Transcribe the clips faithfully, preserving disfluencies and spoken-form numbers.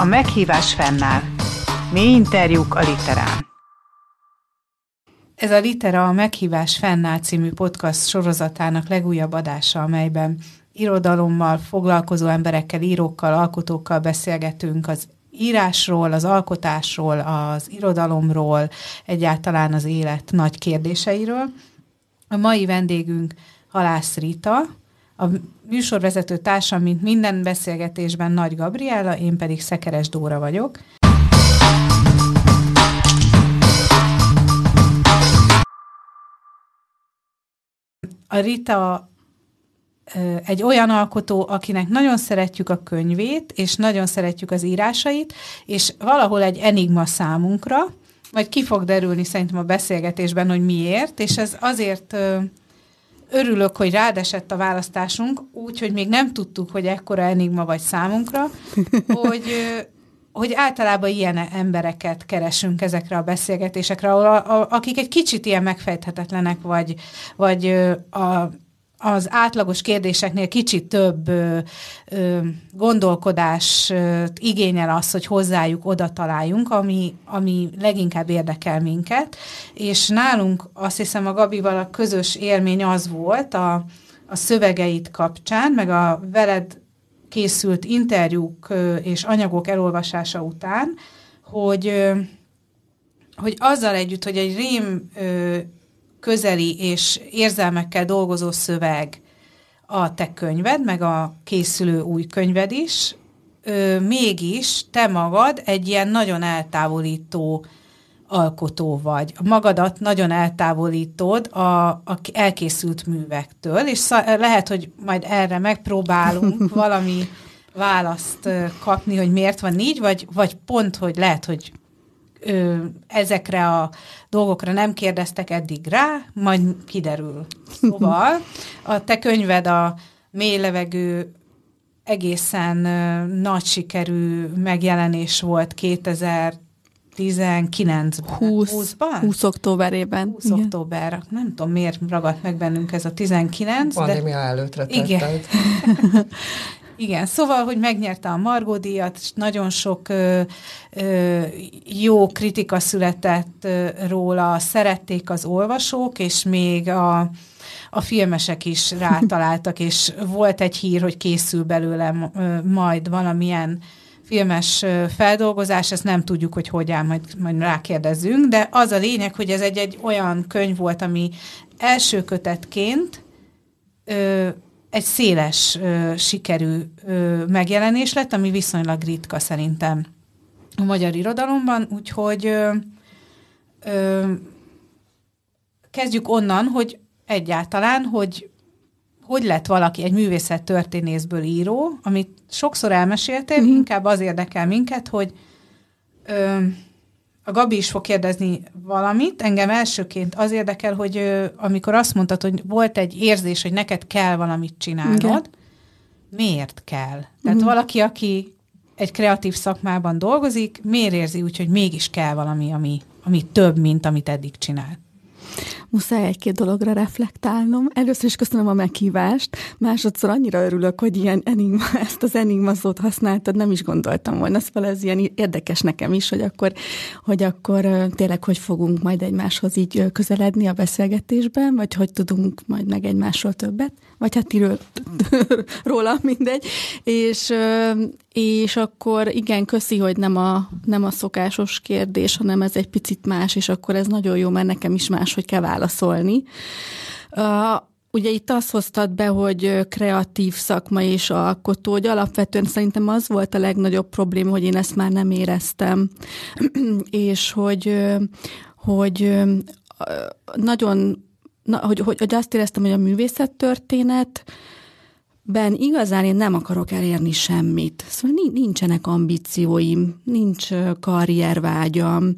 A meghívás fennáll. Mély interjúk a Literán. Ez a Litera a Meghívás fennáll című podcast sorozatának legújabb adása, amelyben irodalommal foglalkozó emberekkel, írókkal, alkotókkal beszélgetünk az írásról, az alkotásról, az irodalomról, egyáltalán az élet nagy kérdéseiről. A mai vendégünk Halász Rita, a műsorvezető társam, mint minden beszélgetésben, Nagy Gabriella, én pedig Szekeres Dóra vagyok. A Rita egy olyan alkotó, akinek nagyon szeretjük a könyvét, és nagyon szeretjük az írásait, és valahol egy enigma számunkra, majd ki fog derülni szerintem a beszélgetésben, hogy miért, és ez azért örülök, hogy rád esett a választásunk, úgyhogy még nem tudtuk, hogy ekkora enigma vagy számunkra, hogy, hogy általában ilyen embereket keresünk ezekre a beszélgetésekre, ahol a, a, akik egy kicsit ilyen megfejthetetlenek, vagy, vagy a az átlagos kérdéseknél kicsit több ö, ö, gondolkodás ö, igényel az, hogy hozzájuk oda találjunk, ami, ami leginkább érdekel minket, és nálunk azt hiszem a Gabival a közös élmény az volt a, a szövegeit kapcsán, meg a veled készült interjúk ö, és anyagok elolvasása után, hogy, ö, hogy azzal együtt, hogy egy rém ö, közeli és érzelmekkel dolgozó szöveg a te könyved, meg a készülő új könyved is, ö, mégis te magad egy ilyen nagyon eltávolító alkotó vagy. Magadat nagyon eltávolítod a, a elkészült művektől, és szá- lehet, hogy majd erre megpróbálunk valami választ kapni, hogy miért van így, vagy, vagy pont, hogy lehet, hogy Ö, ezekre a dolgokra nem kérdeztek eddig rá, majd kiderül. Szóval a te könyved a Mély levegő egészen ö, nagy sikerű megjelenés volt kétezer-tizenkilencben. húszban? húsz októberében. húsz október. Nem tudom, miért ragadt meg bennünk ez a tizenkilenc. Pandémia de... előttre tetted. Igen, szóval, hogy megnyerte a Margó díjat, és nagyon sok ö, ö, jó kritika született ö, róla, szerették az olvasók, és még a, a filmesek is rátaláltak, és volt egy hír, hogy készül belőle ö, majd valamilyen filmes ö, feldolgozás, ezt nem tudjuk, hogy hogy áll, majd, majd rákérdezzünk, de az a lényeg, hogy ez egy, egy olyan könyv volt, ami első kötetként ö, egy széles ö, sikerű ö, megjelenés lett, ami viszonylag ritka szerintem a magyar irodalomban, úgyhogy ö, ö, kezdjük onnan, hogy egyáltalán, hogy hogy lett valaki egy művészettörténészből író, amit sokszor elmeséltél, mm-hmm. inkább az érdekel minket, hogy ö, a Gabi is fog kérdezni valamit. Engem elsőként az érdekel, hogy ö, amikor azt mondtad, hogy volt egy érzés, hogy neked kell valamit csinálnod, igen. Miért kell? Tehát mm. valaki, aki egy kreatív szakmában dolgozik, miért érzi úgy, hogy mégis kell valami, ami, ami több, mint amit eddig csinál? Muszáj egy-két dologra reflektálnom. Először is köszönöm a meghívást, másodszor annyira örülök, hogy ilyen enigma, ezt az enigma szót használtad, nem is gondoltam volna. Szóval ez ilyen érdekes nekem is, hogy akkor, hogy akkor tényleg hogy fogunk majd egymáshoz így közeledni a beszélgetésben, vagy hogy tudunk majd meg egymásról többet, vagy hát tiről, róla mindegy. És, és akkor igen, köszi, hogy nem a, nem a szokásos kérdés, hanem ez egy picit más, és akkor ez nagyon jó, mert nekem is más, hogy kell válaszolni. Uh, ugye itt azt hoztad be, hogy kreatív szakma és alkotó, hogy alapvetően szerintem az volt a legnagyobb probléma, hogy én ezt már nem éreztem, és hogy, hogy nagyon, na, hogy, hogy, hogy azt éreztem, hogy a művészettörténet ben igazán én nem akarok elérni semmit. Szóval nincsenek ambícióim, nincs karriervágyam,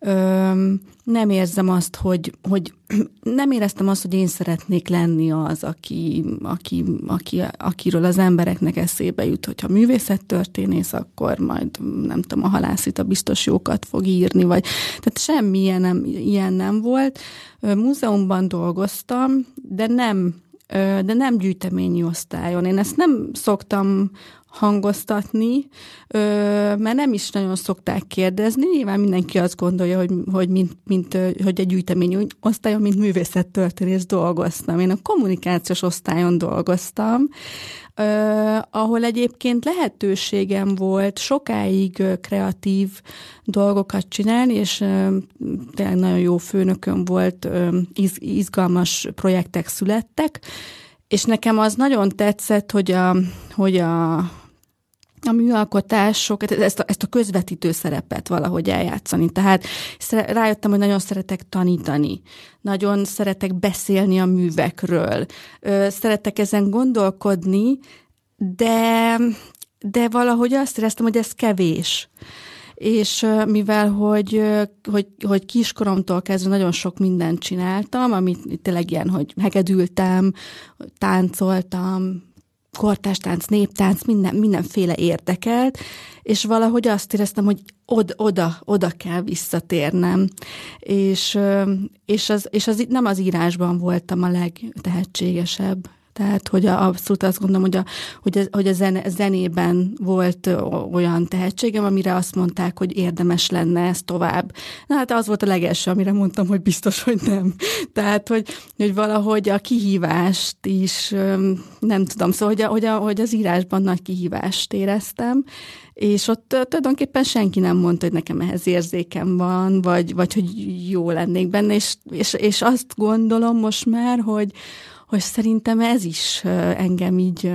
nem érzem azt, hogy, hogy nem éreztem azt, hogy én szeretnék lenni az, aki, aki, aki, akiről az embereknek eszébe jut, hogyha művészettörténész, akkor majd nem tudom, a Halász Rita biztos jókat fog írni, vagy tehát semmi ilyen nem, ilyen nem volt. Múzeumban dolgoztam, de nem de nem gyűjteményi osztályon. Én ezt nem szoktam hangoztatni, mert nem is nagyon szokták kérdezni. Nyilván mindenki azt gondolja, hogy, hogy, mint, mint, hogy egy gyűjtemény osztályon, mint művészettörténész dolgoztam. Én a kommunikációs osztályon dolgoztam, ahol egyébként lehetőségem volt sokáig kreatív dolgokat csinálni, és tényleg nagyon jó főnököm volt, izgalmas projektek születtek, és nekem az nagyon tetszett, hogy a, hogy a, a műalkotások, ezt a, ezt a közvetítő szerepet valahogy eljátszani. Tehát rájöttem, hogy nagyon szeretek tanítani, nagyon szeretek beszélni a művekről, szeretek ezen gondolkodni, de, de valahogy azt éreztem, hogy ez kevés. És mivel, hogy, hogy, hogy kiskoromtól kezdve nagyon sok mindent csináltam, amit tényleg ilyen, hogy hegedültem, táncoltam, kortárs-tánc, néptánc, minden, mindenféle érdekelt, és valahogy azt éreztem, hogy oda, oda, oda kell visszatérnem. És, és, az, és az, nem az írásban voltam a legtehetségesebb. Tehát, hogy a, abszolút azt gondolom, hogy a, hogy a, hogy a zene, zenében volt olyan tehetségem, amire azt mondták, hogy érdemes lenne ez tovább. Na hát az volt a legelső, amire mondtam, hogy biztos, hogy nem. Tehát, hogy, hogy valahogy a kihívást is, nem tudom, szóval, hogy, a, hogy, a, hogy az írásban nagy kihívást éreztem, és ott tulajdonképpen senki nem mondta, hogy nekem ehhez érzékem van, vagy, vagy hogy jó lennék benne, és, és, és azt gondolom most már, hogy hogy szerintem ez is engem így,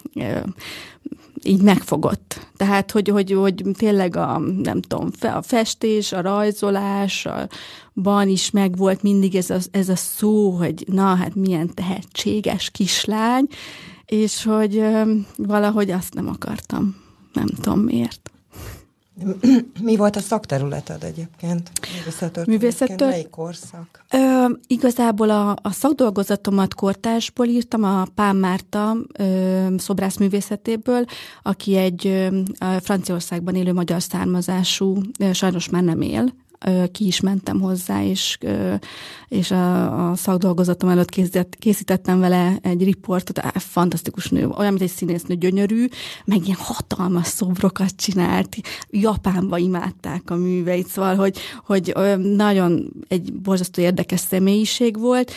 így megfogott. Tehát, hogy, hogy, hogy tényleg a, nem tudom, a festés, a rajzolásban is megvolt mindig ez a, ez a szó, hogy na, hát milyen tehetséges kislány, és hogy valahogy azt nem akartam. Nem tudom miért. Mi volt a szakterületed egyébként? Művészettől? Melyik korszak? Ö, igazából a, a szakdolgozatomat kortársból írtam, a Pán Márta ö, szobrászművészetéből, aki egy ö, Franciaországban élő magyar származású, ö, sajnos már nem él. Ki is mentem hozzá, és, és a, a szakdolgozatom előtt készített, készítettem vele egy riportot, á, fantasztikus nő, olyan, mint egy színésznő, gyönyörű, meg ilyen hatalmas szobrokat csinált, Japánba imádták a műveit, szóval, hogy, hogy nagyon egy borzasztó érdekes személyiség volt,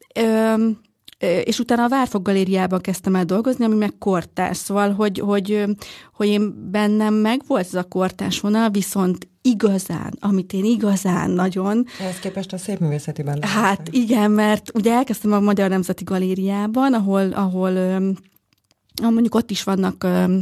és utána a Várfok Galériában kezdtem el dolgozni, ami meg kortárs, szóval, hogy, hogy, hogy én bennem meg volt ez a kortárs vonal, viszont igazán, amit én igazán nagyon... Ehhez képest a szépművészetiben. Hát igen, mert ugye elkezdtem a Magyar Nemzeti Galériában, ahol, ahol mondjuk ott is vannak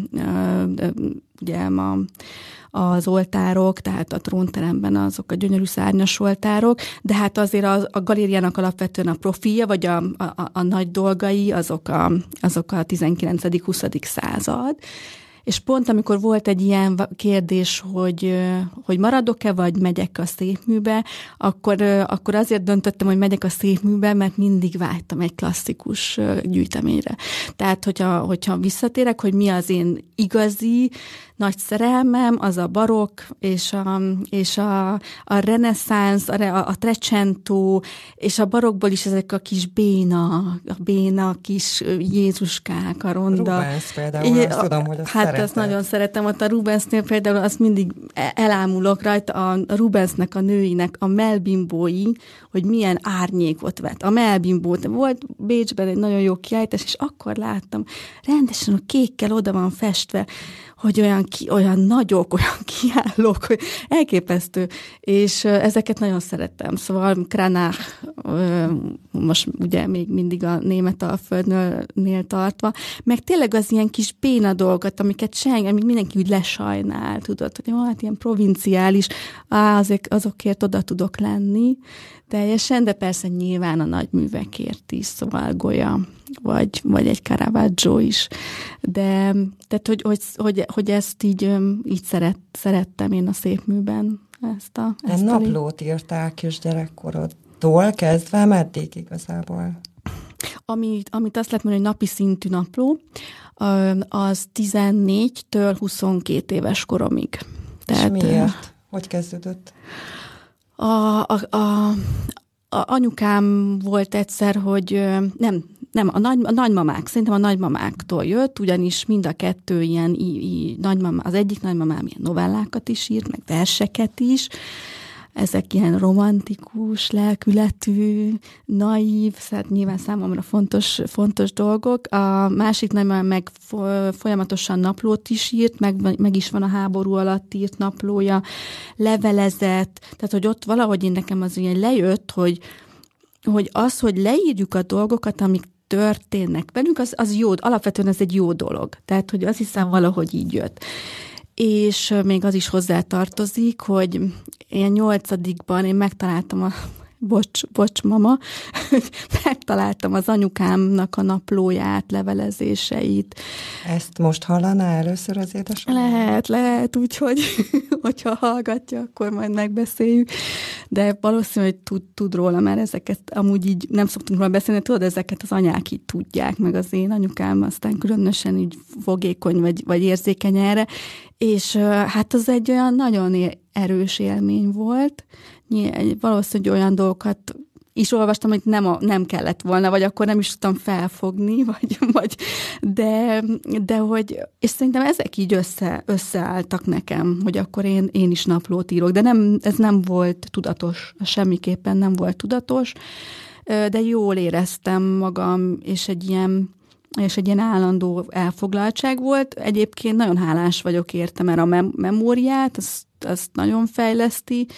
ugye a az oltárok, tehát a trónteremben azok a gyönyörű szárnyas oltárok, de hát azért a, a galériának alapvetően a profilja, vagy a, a, a nagy dolgai, azok a, azok a tizenkilencedik-huszadik század. És pont amikor volt egy ilyen kérdés, hogy, hogy maradok-e, vagy megyek a szépműbe, akkor, akkor azért döntöttem, hogy megyek a szépműbe, mert mindig vágytam egy klasszikus gyűjteményre. Tehát, hogyha, hogyha visszatérek, hogy mi az én igazi nagy szerelmem, az a barokk, és a, és a, a reneszánsz, a, a Trecento, és a barokkból is ezek a kis béna, a béna kis Jézuskák, a ronda. Rubens például, azt tudom, hogy azt Hát szeretem. Azt nagyon szeretem, ott a Rubensnél például azt mindig elámulok rajta, a Rubensnek, a nőinek a mellbimbói, hogy milyen árnyékot vett. A mellbimbót volt Bécsben egy nagyon jó kiállítás, és akkor láttam, rendesen a kékkel oda van festve, hogy olyan, ki, olyan nagyok, olyan kiállók, hogy elképesztő, és ezeket nagyon szerettem. Szóval Cranach, most ugye még mindig a Németalföldnél tartva, meg tényleg az ilyen kis béna dolgot, amiket senki, amik mindenki úgy lesajnál, tudod, hogy hát ilyen provinciális, á, azok, azokért oda tudok lenni teljesen, de persze nyilván a nagy művekért is, szóval Goya, vagy, vagy egy Caravaggio is. De tehát, hogy, hogy, hogy, hogy ezt így, így szeret, szerettem én a szépműben. Ezt a, ezt a naplót írtál kisgyerekkorodtól kezdve, meddig igazából? Amit, amit azt lehet mondani, hogy napi szintű napló, az tizennégytől huszonkét éves koromig. Tehát, és miért? Hogy kezdődött? A, a, a, a anyukám volt egyszer, hogy nem, nem, a, nagy, a nagymamák, szerintem a nagymamáktól jött, ugyanis mind a kettő ilyen, í, í, nagymama, az egyik nagymamám ilyen novellákat is írt, meg verseket is, ezek ilyen romantikus, lelkületű, naív, szóval nyilván számomra fontos, fontos dolgok. A másik nagymamám meg folyamatosan naplót is írt, meg, meg is van a háború alatt írt naplója, levelezett, tehát hogy ott valahogy én nekem az ilyen lejött, hogy, hogy az, hogy leírjuk a dolgokat, amik történnek velünk, az, az jó, alapvetően ez egy jó dolog. Tehát, hogy azt hiszem valahogy így jött. És még az is hozzátartozik, hogy én nyolcadikban én megtaláltam a, bocs, bocs mama, megtaláltam az anyukámnak a naplóját, levelezéseit. Ezt most hallaná először az édesanyja? Lehet, lehet, úgyhogy hogyha hallgatja, akkor majd megbeszéljük. De valószínű, hogy tud, tud róla, mert ezeket amúgy így nem szoktunk róla beszélni, tudod, ezeket az anyák így tudják, meg az én anyukám aztán különösen így fogékony vagy, vagy érzékeny erre, és hát az egy olyan nagyon erős élmény volt. Valószínűleg olyan dolgokat is olvastam, hogy nem, a, nem kellett volna, vagy akkor nem is tudtam felfogni, vagy, vagy de, de hogy, és szerintem ezek így össze, összeálltak nekem, hogy akkor én, én is naplót írok, de nem, ez nem volt tudatos, semmiképpen nem volt tudatos, de jól éreztem magam, és egy ilyen és egy ilyen állandó elfoglaltság volt. Egyébként nagyon hálás vagyok érte, mert a mem- memóriát, azt, azt nagyon fejleszti,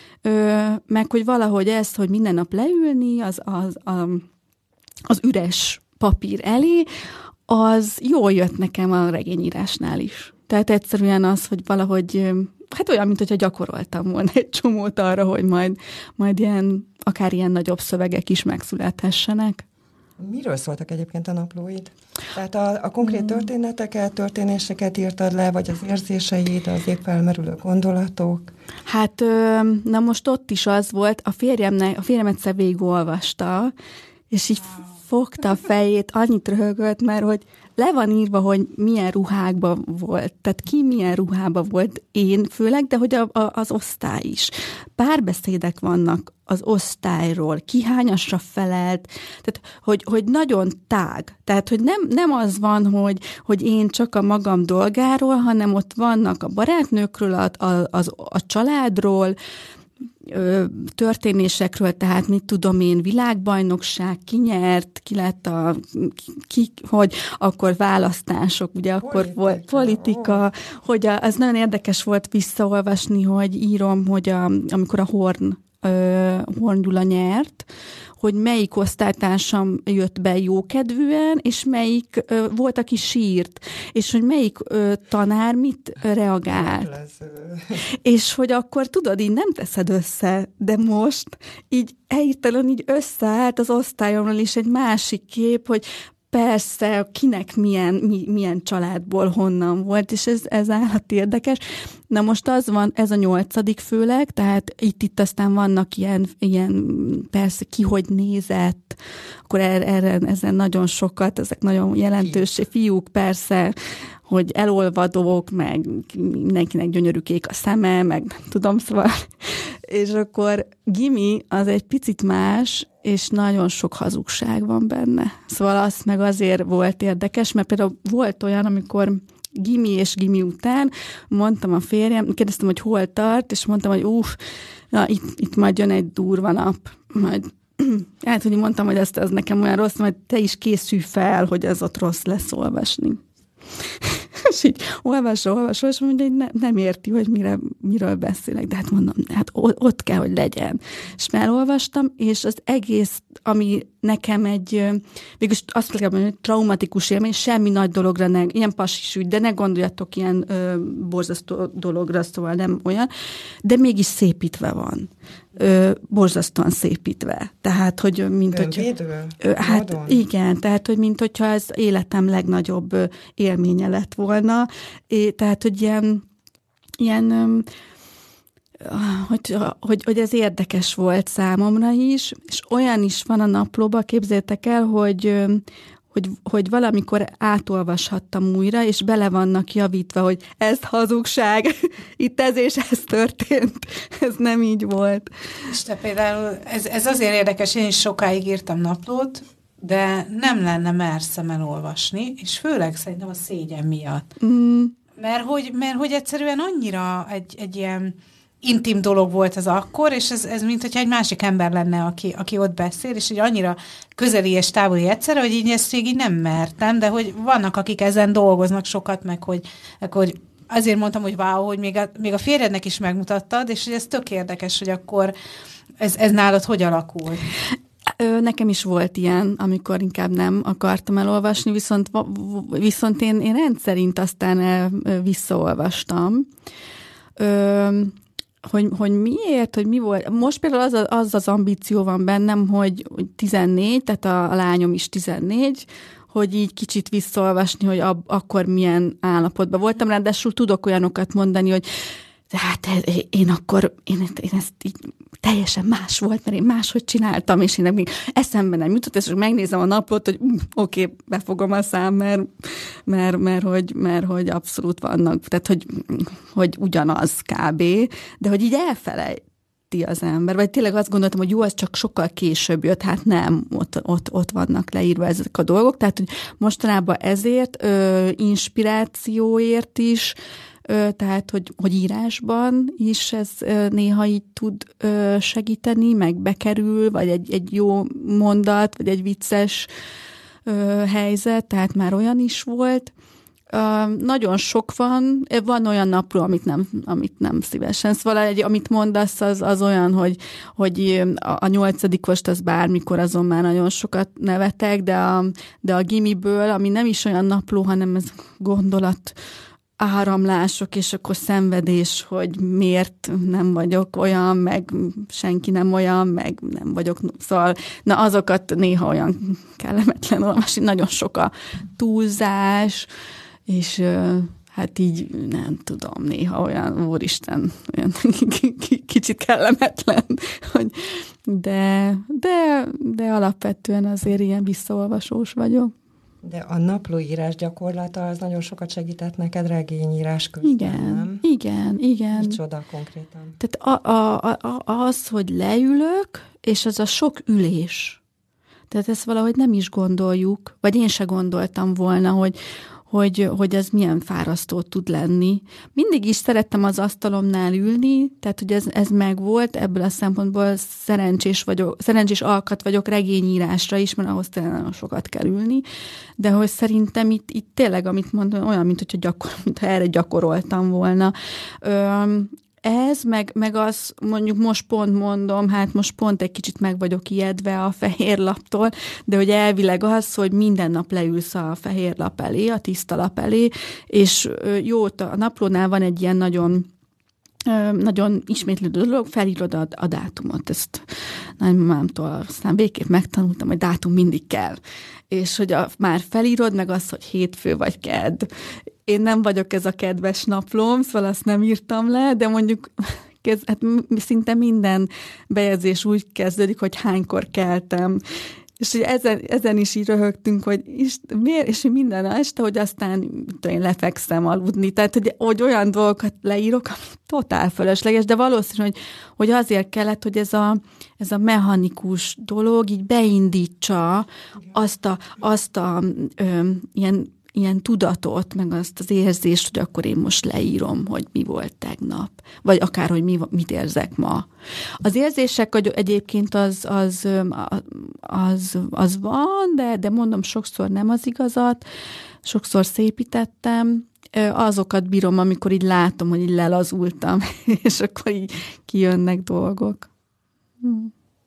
Ö, meg hogy valahogy ezt, hogy minden nap leülni az, az, az, az üres papír elé, az jól jött nekem a regényírásnál is. Tehát egyszerűen az, hogy valahogy, hát olyan, mint hogyha gyakoroltam volna egy csomót arra, hogy majd, majd ilyen, akár ilyen nagyobb szövegek is megszülethessenek. Miről szóltak egyébként a naplóid? Tehát a, a konkrét történeteket, történéseket írtad le, vagy az érzéseid, az épp felmerülő gondolatok? Hát, na most ott is az volt, a férjemnek, a férjem egyszer végigolvasta, és így fogta a fejét, annyit röhögött, mert hogy le van írva, hogy milyen ruhákban volt. Tehát ki milyen ruhában volt, én főleg, de hogy a, a, az osztály is. Párbeszédek vannak az osztályról, ki hányasra felelt, tehát hogy, hogy nagyon tág. Tehát, hogy nem, nem az van, hogy, hogy én csak a magam dolgáról, hanem ott vannak a barátnőkről, a, a, a, a családról, történésekről, tehát mit tudom én, világbajnokság, ki nyert, ki lett a, ki, hogy akkor választások, ugye akkor politika. volt politika, hogy a, az nagyon érdekes volt visszaolvasni, hogy írom, hogy a, amikor a Horn, uh, Horn Gyula nyert, hogy melyik osztálytársam jött be jókedvűen, és melyik ö, volt, aki sírt, és hogy melyik ö, tanár mit reagált. És hogy akkor tudod, így nem teszed össze, de most így hirtelen így összeállt az osztályomról is egy másik kép, hogy persze, kinek milyen, mi, milyen családból honnan volt, és ez, ez állati érdekes. Na most az van, ez a nyolcadik főleg, tehát itt-itt aztán vannak ilyen, ilyen persze ki hogy nézett, akkor erre, erre ezen nagyon sokat, ezek nagyon jelentős fiúk, persze, hogy elolvadók, meg mindenkinek gyönyörűkék a szeme, meg nem tudom, szóval. És akkor gimi az egy picit más, és nagyon sok hazugság van benne. Szóval az meg azért volt érdekes, mert például volt olyan, amikor gimi és gimi után mondtam a férjem, kérdeztem, hogy hol tart, és mondtam, hogy uff, na, itt, itt majd jön egy durva nap, majd hát, hogy mondtam, hogy ez, ez nekem olyan rossz, majd te is készülj fel, hogy ez ott rossz lesz olvasni. És így olvasol, olvasol, és mondja, hogy ne, nem érti, hogy mire, miről beszélek. De hát mondom, hát ott kell, hogy legyen. És elolvastam, és az egész, ami nekem egy, végülis azt kell mondani, hogy traumatikus élmény, semmi nagy dologra, ne, ilyen passis ügy, de ne gondoljatok ilyen ö, borzasztó dologra, szóval nem olyan, de mégis szépítve van. Ö, borzasztóan szépítve. Tehát, hogy mint Önvédő? Hogy, hát módon? Igen, tehát, hogy mint hogyha ez életem legnagyobb ö, élménye lett volna. É, tehát, hogy ilyen, ilyen ö, hogy, hogy, hogy ez érdekes volt számomra is, és olyan is van a naplóban, képzeljétek el, hogy Hogy, hogy valamikor átolvashattam újra, és bele vannak javítva, hogy ez hazugság, itt ez és ez történt. Ez nem így volt. És te például, ez, ez azért érdekes, én is sokáig írtam naplót, de nem lenne merszem elolvasni, és főleg szerintem a szégyen miatt. Mm. Mert hogy, mert hogy egyszerűen annyira egy, egy ilyen intim dolog volt az akkor, és ez, ez mint hogyha egy másik ember lenne, aki, aki ott beszél, és így annyira közeli és távoli egyszerre, hogy így ezt még így nem mertem, de hogy vannak, akik ezen dolgoznak sokat, meg hogy, meg hogy azért mondtam, hogy wow, hogy még a, még a férjednek is megmutattad, és hogy ez tök érdekes, hogy akkor ez, ez nálad hogy alakul? Nekem is volt ilyen, amikor inkább nem akartam elolvasni, viszont, viszont én, én rendszerint aztán visszaolvastam. Ö, hogy, hogy miért, hogy mi volt. Most például az az, az ambíció van bennem, hogy, hogy tizennégy, tehát a, a lányom is tizennégy, hogy így kicsit visszaolvasni, hogy ab, akkor milyen állapotban voltam. Ráadásul tudok olyanokat mondani, hogy hát én akkor, én, én ezt így teljesen más volt, mert én máshogy csináltam, és én még eszembe nem jutott, és megnézem a naplót, hogy uh, oké, okay, befogom a szám, mert, mert, mert, hogy, mert hogy abszolút vannak, tehát hogy, hogy ugyanaz kb, de hogy így elfelejti az ember, vagy tényleg azt gondoltam, hogy jó, az csak sokkal később jött, hát nem, ott, ott, ott vannak leírva ezek a dolgok, tehát hogy mostanában ezért ö, inspirációért is, tehát, hogy, hogy írásban is ez néha így tud segíteni, meg bekerül, vagy egy, egy jó mondat, vagy egy vicces helyzet, tehát már olyan is volt. Nagyon sok van, van olyan napló, amit nem, amit nem szívesen. Szóval egy, amit mondasz, az, az olyan, hogy, hogy a nyolcadikost az bármikor, azon már nagyon sokat nevetek, de a, de a gimiből, ami nem is olyan napló, hanem ez gondolat, áramlások, és akkor szenvedés, hogy miért nem vagyok olyan, meg senki nem olyan, meg nem vagyok, szóval, na azokat néha olyan kellemetlen olvasni, nagyon sok a túlzás, és hát így nem tudom, néha olyan, úristen, olyan kicsit kellemetlen, hogy de, de, de alapvetően azért ilyen visszaolvasós vagyok. De a naplóírás gyakorlata az nagyon sokat segített neked regényírás közben, igen, nem? Igen, igen. Micsoda konkrétan? Tehát a, a, a, az, hogy leülök, és az a sok ülés. Tehát ezt valahogy nem is gondoljuk, vagy én se gondoltam volna, hogy, hogy, hogy ez milyen fárasztó tud lenni. Mindig is szerettem az asztalomnál ülni, tehát hogy ez, ez megvolt, ebből a szempontból szerencsés vagyok, szerencsés alkat vagyok regényírásra is, mert ahhoz tényleg nagyon sokat kell ülni, de hogy szerintem itt, itt tényleg, amit mondom, olyan, mint hogyha gyakor, mintha erre gyakoroltam volna. Öm, Ez, meg, meg az, mondjuk most pont mondom, hát most pont egy kicsit meg vagyok ijedve a fehér laptól, de hogy elvileg az, hogy minden nap leülsz a fehér lap elé, a tiszta lap elé, és jó, a naplónál van egy ilyen nagyon nagyon ismétlődő dolog, felírod a, a dátumot. Ezt nagymamámtól aztán végképp megtanultam, hogy dátum mindig kell. És hogy a, már felírod, meg az, hogy hétfő vagy kedd. Én nem vagyok ez a kedves naplóm, szóval azt nem írtam le, de mondjuk kezd, hát szinte minden bejegyzés úgy kezdődik, hogy hánykor keltem. És hogy ezen, ezen is így röhögtünk, hogy is, miért, és minden este, hogy aztán én lefekszem aludni. Tehát, hogy, hogy olyan dolgokat leírok, ami totál fölösleges, de valószínű, hogy, hogy azért kellett, hogy ez a, ez a mechanikus dolog így beindítsa azt a, azt a ö, ilyen ilyen tudatot, meg azt az érzést, hogy akkor én most leírom, hogy mi volt tegnap, vagy akár, hogy mi, mit érzek ma. Az érzések egyébként az, az, az, az van, de, de mondom, sokszor nem az igazat, sokszor szépítettem, azokat bírom, amikor így látom, hogy így lelazultam, és akkor így kijönnek dolgok. Hm.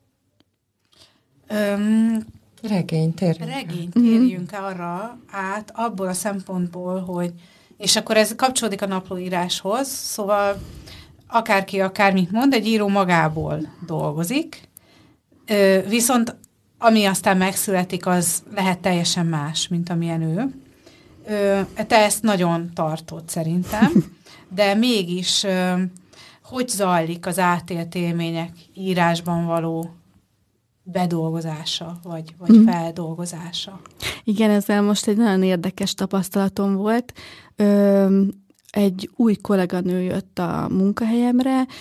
Um. Regény, térjünk. Regény, térjünk mm-hmm. arra át, abból a szempontból, hogy, és akkor ez kapcsolódik a naplóíráshoz, szóval akárki akármit mond, egy író magából dolgozik, viszont ami aztán megszületik, az lehet teljesen más, mint amilyen ő. Te ezt nagyon tartod szerintem, de mégis hogy zajlik az átélt élmények írásban való bedolgozása, vagy, vagy mm. feldolgozása. Igen, ezzel most egy nagyon érdekes tapasztalatom volt. Ö, egy új kolléganő jött a munkahelyemre,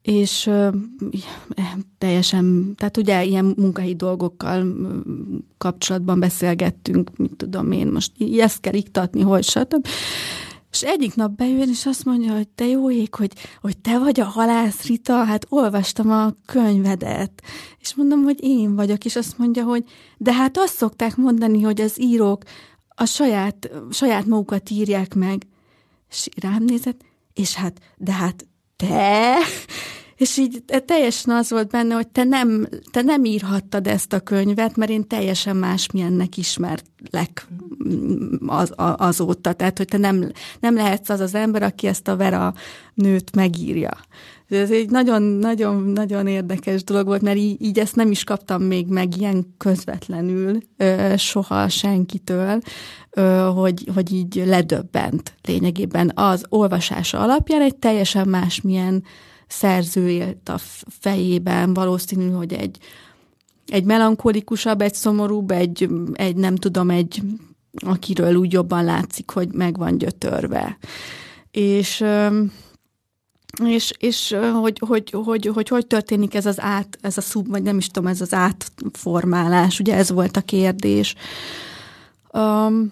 és ö, teljesen, tehát ugye ilyen munkahelyi dolgokkal kapcsolatban beszélgettünk, mit tudom én, most ezt kell iktatni, hogy stb. És egyik nap bejön, és azt mondja, hogy te jó ég, hogy, hogy te vagy a Halász Rita, hát olvastam a könyvedet. És mondom, hogy én vagyok, és azt mondja, hogy de hát azt szokták mondani, hogy az írók a saját, saját magukat írják meg. És rám nézett, és hát, de hát te... És így teljesen az volt benne, hogy te nem, te nem írhattad ezt a könyvet, mert én teljesen másmilyennek ismerlek az, azóta. Tehát, hogy te nem, nem lehetsz az az ember, aki ezt a Vera nőt megírja. Ez egy nagyon-nagyon érdekes dolog volt, mert így, így ezt nem is kaptam még meg ilyen közvetlenül soha senkitől, hogy, hogy így ledöbbent lényegében az olvasása alapján egy teljesen másmilyen szerző élt a fejében, valószínű, hogy egy, egy melankolikusabb, egy szomorúbb, egy, egy nem tudom, egy, akiről úgy jobban látszik, hogy meg van gyötörve. És, és, és hogy, hogy, hogy, hogy hogy történik ez az át, ez a szub, vagy nem is tudom, ez az átformálás, ugye ez volt a kérdés. Um,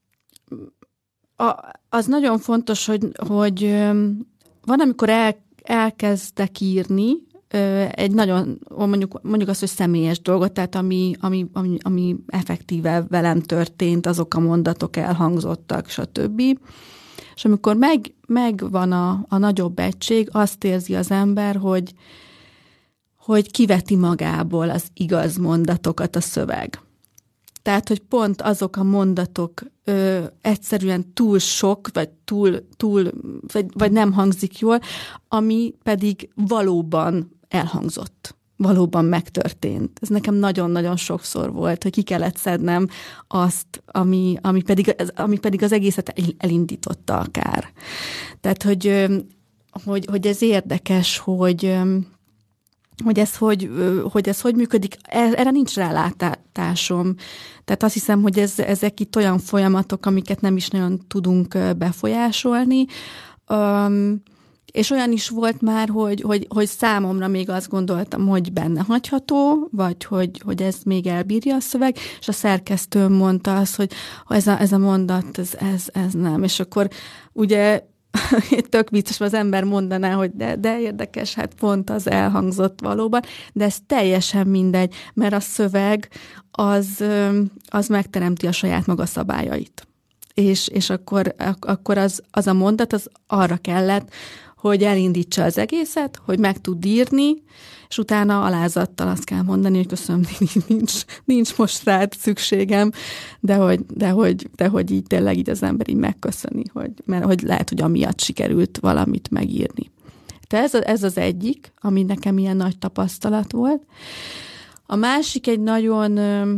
a, az nagyon fontos, hogy, hogy van, amikor el elkezdek írni egy nagyon, mondjuk, mondjuk azt, hogy személyes dolgot, tehát ami, ami, ami, ami effektíve velem történt, azok a mondatok elhangzottak, stb. És amikor meg, megvan a, a nagyobb egység, azt érzi az ember, hogy, hogy kiveti magából az igaz mondatokat a szöveg. Tehát, hogy pont azok a mondatok ö, egyszerűen túl sok, vagy túl, túl vagy, vagy nem hangzik jól, ami pedig valóban elhangzott, valóban megtörtént. Ez nekem nagyon-nagyon sokszor volt, hogy ki kellett szednem azt, ami, ami, pedig, ami pedig az egészet elindította akár. Tehát, hogy, hogy, hogy ez érdekes, hogy... hogy ez hogy, hogy ez hogy működik, erre nincs rálátásom. Tehát azt hiszem, hogy ez, ezek itt olyan folyamatok, amiket nem is nagyon tudunk befolyásolni. Um, és olyan is volt már, hogy, hogy, hogy számomra még azt gondoltam, hogy benne hagyható, vagy hogy, hogy ez még elbírja a szöveg, és a szerkesztőm mondta azt, hogy ez a, ez a mondat, ez, ez, ez nem. És akkor ugye tök vicces, az ember mondaná, hogy de, de érdekes, hát pont az elhangzott valóban, de ez teljesen mindegy, mert a szöveg az, az megteremti a saját maga szabályait. És, és akkor, akkor az, az a mondat az arra kellett, hogy elindítsa az egészet, hogy meg tud írni, és utána alázattal azt kell mondani, hogy köszönöm, nincs, nincs most rád szükségem, de hogy, de, hogy, de hogy így tényleg így az ember így megköszöni, hogy, mert hogy lehet, hogy amiatt sikerült valamit megírni. De ez, ez az egyik, ami nekem ilyen nagy tapasztalat volt. A másik egy nagyon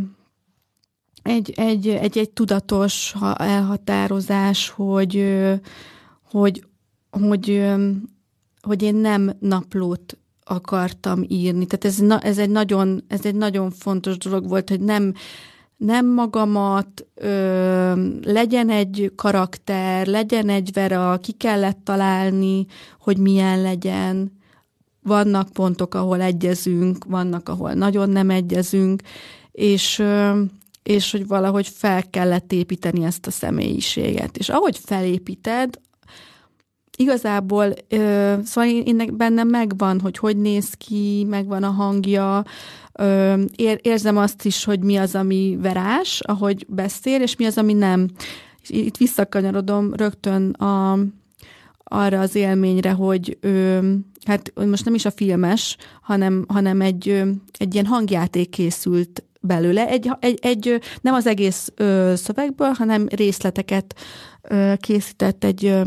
egy, egy, egy, egy tudatos elhatározás, hogy, hogy, hogy, hogy én nem naplót akartam írni. Tehát ez, ez, egy, nagyon, ez egy nagyon fontos dolog volt, hogy nem, nem magamat, ö, legyen egy karakter, legyen egy Vera, ki kellett találni, hogy milyen legyen. Vannak pontok, ahol egyezünk, vannak, ahol nagyon nem egyezünk, és, ö, és hogy valahogy fel kellett építeni ezt a személyiséget. És ahogy felépíted, igazából, ö, szóval én, én bennem megvan, hogy hogy néz ki, megvan a hangja, ö, ér, érzem azt is, hogy mi az, ami Verás, ahogy beszél, és mi az, ami nem. Itt visszakanyarodom rögtön a, arra az élményre, hogy ö, hát most nem is a filmes, hanem, hanem egy, ö, egy ilyen hangjáték készült belőle. Egy, egy, egy, nem az egész ö, szövegből, hanem részleteket ö, készített egy ö,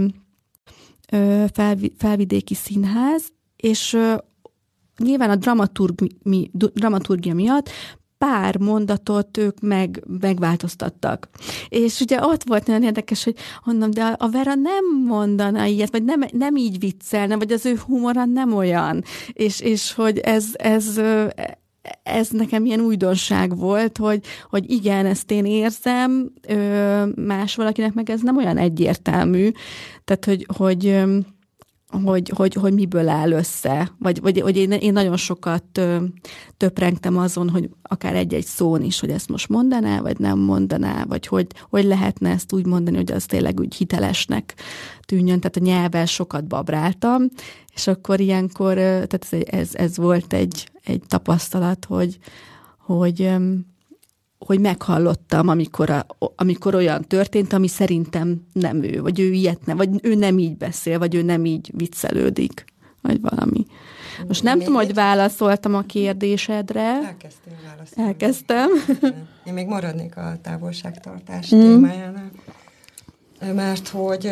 Felvi, felvidéki színház, és uh, nyilván a dramaturgi, dramaturgia miatt pár mondatot ők meg, megváltoztattak. És ugye ott volt nagyon érdekes, hogy mondom, de a Vera nem mondana ilyet, vagy nem, nem így viccelne, vagy az ő humora nem olyan. És, és hogy ez, ez, ez nekem ilyen újdonság volt, hogy, hogy igen, ezt én érzem, más valakinek meg ez nem olyan egyértelmű. Tehát, hogy, hogy hogy, hogy, hogy miből áll össze. Vagy, vagy hogy én, én nagyon sokat ö, töprengtem azon, hogy akár egy-egy szón is, hogy ezt most mondaná, vagy nem mondaná, vagy hogy, hogy lehetne ezt úgy mondani, hogy az tényleg úgy hitelesnek tűnjön. Tehát a nyelvvel sokat babráltam, és akkor ilyenkor, tehát ez, ez, ez volt egy, egy tapasztalat, hogy, hogy, hogy meghallottam, amikor, a, amikor olyan történt, ami szerintem nem ő, vagy ő ilyet nem, vagy ő nem így beszél, vagy ő nem így viccelődik, vagy valami. Most nem tudom, hogy válaszoltam a kérdésedre. Elkezdtél válaszolni. Elkezdtem. Én még maradnék a távolságtartás mm. témájánál. Mert hogy...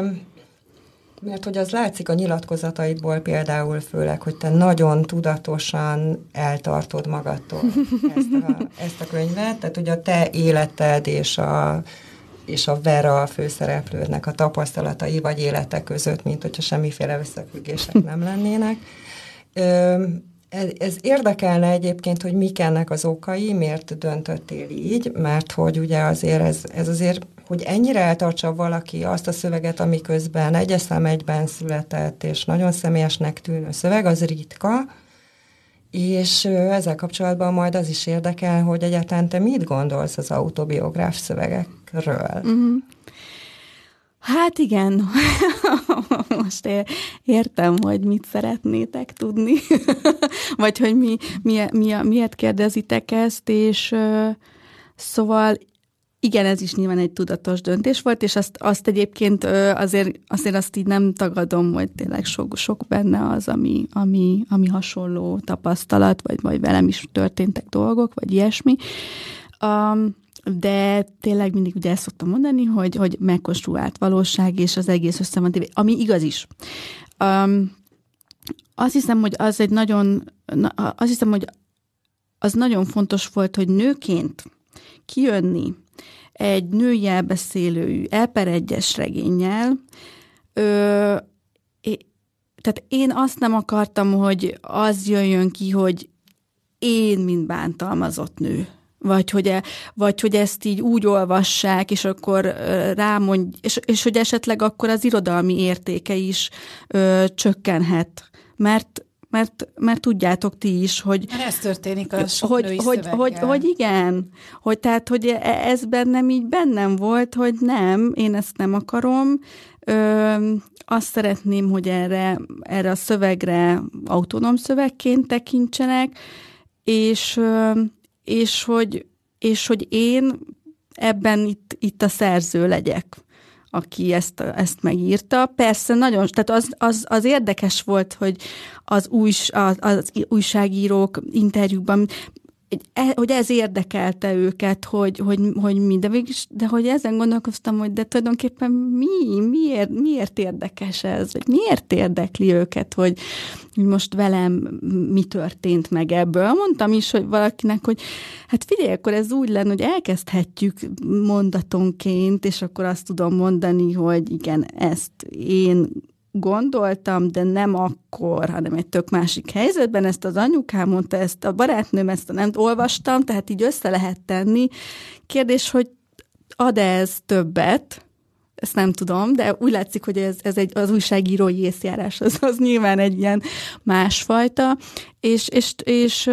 Mert hogy az látszik a nyilatkozataidból például főleg, hogy te nagyon tudatosan eltartod magadtól ezt a, ezt a könyvet, tehát ugye a te életed és a, és a Vera a főszereplődnek a tapasztalatai vagy élete között, mint hogyha semmiféle összefüggések nem lennének. Ez, ez érdekelne egyébként, hogy mik ennek az okai, miért döntöttél így, mert hogy ugye azért ez, ez azért, hogy ennyire eltartsa valaki azt a szöveget, ami közben egyes szám egyben született, és nagyon személyesnek tűnő szöveg, az ritka, és ezzel kapcsolatban majd az is érdekel, hogy egyáltalán te mit gondolsz az autobiográf szövegekről? Mm-hmm. Hát igen, most értem, hogy mit szeretnétek tudni, vagy hogy mi, mi, mi, miért kérdezitek ezt, és uh, szóval igen, ez is nyilván egy tudatos döntés volt, és azt, azt egyébként uh, azért, azért azt így nem tagadom, hogy tényleg sok, sok benne az, ami, ami, ami hasonló tapasztalat, vagy majd velem is történtek dolgok, vagy ilyesmi. Um, de tényleg mindig ugye ezt szoktam mondani, hogy, hogy megkonstruált valóság, és az egész össze van téve, ami igaz is. Um, azt hiszem, hogy az egy nagyon, azt hiszem, hogy az nagyon fontos volt, hogy nőként kijönni egy női elbeszélőjű, E per egyes regénnyel, ö, é, tehát én azt nem akartam, hogy az jöjjön ki, hogy én, mint bántalmazott nő, Vagy hogy, e, vagy hogy ezt így úgy olvassák, és akkor rámondj, és, és hogy esetleg akkor az irodalmi értéke is ö, csökkenhet. Mert, mert, mert tudjátok ti is, hogy... Mert ez történik a sok hogy, női hogy, hogy, hogy igen, hogy tehát, hogy ez bennem így bennem volt, hogy nem, én ezt nem akarom. Ö, azt szeretném, hogy erre, erre a szövegre autonóm szövegként tekintsenek, és... Ö, És hogy, és hogy én ebben itt, itt a szerző legyek, aki ezt, ezt megírta. Persze nagyon, tehát az, az, az érdekes volt, hogy az, új, az, az újságírók interjúkban, hogy ez érdekelte őket, hogy, hogy, hogy mi, de végig, de hogy ezen gondolkoztam, hogy de tulajdonképpen mi, miért, miért érdekes ez, vagy miért érdekli őket, hogy, hogy most velem mi történt meg ebből. Mondtam is, hogy valakinek, hogy hát figyelj, akkor ez úgy lenne, hogy elkezdhetjük mondatonként, és akkor azt tudom mondani, hogy igen, ezt én gondoltam, de nem akkor, hanem egy tök másik helyzetben, ezt az anyukám mondta, ezt a barátnőm, ezt a nem olvastam, tehát így össze lehet tenni. Kérdés, hogy ad-e ez többet? Ezt nem tudom, de úgy látszik, hogy ez, ez egy, az újságírói észjárás, az, az nyilván egy ilyen másfajta, és, és, és,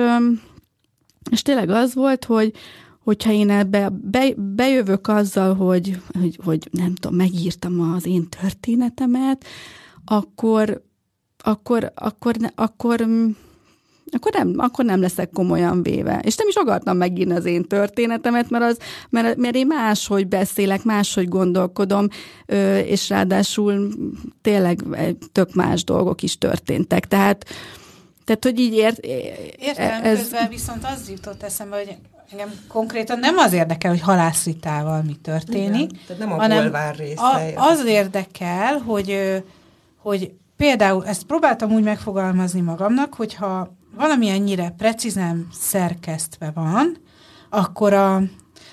és tényleg az volt, hogy hogyha én ebbe be, bejövök azzal, hogy, hogy, hogy nem tudom, megírtam az én történetemet, akkor, akkor, akkor, akkor, akkor, nem, akkor nem leszek komolyan véve. És nem is akartam megírni az én történetemet, mert, az, mert, mert én máshogy beszélek, máshogy gondolkodom, és ráadásul tényleg tök más dolgok is történtek. Tehát, tehát hogy így ért... Értem, ez... közben viszont az jutott eszembe, hogy engem konkrétan nem az érdekel, hogy Halász Ritával mi történik, igen, tehát nem a bulvár része. A, az érdekel, hogy, hogy például ezt próbáltam úgy megfogalmazni magamnak, hogyha valamennyire precízen szerkesztve van, akkor a,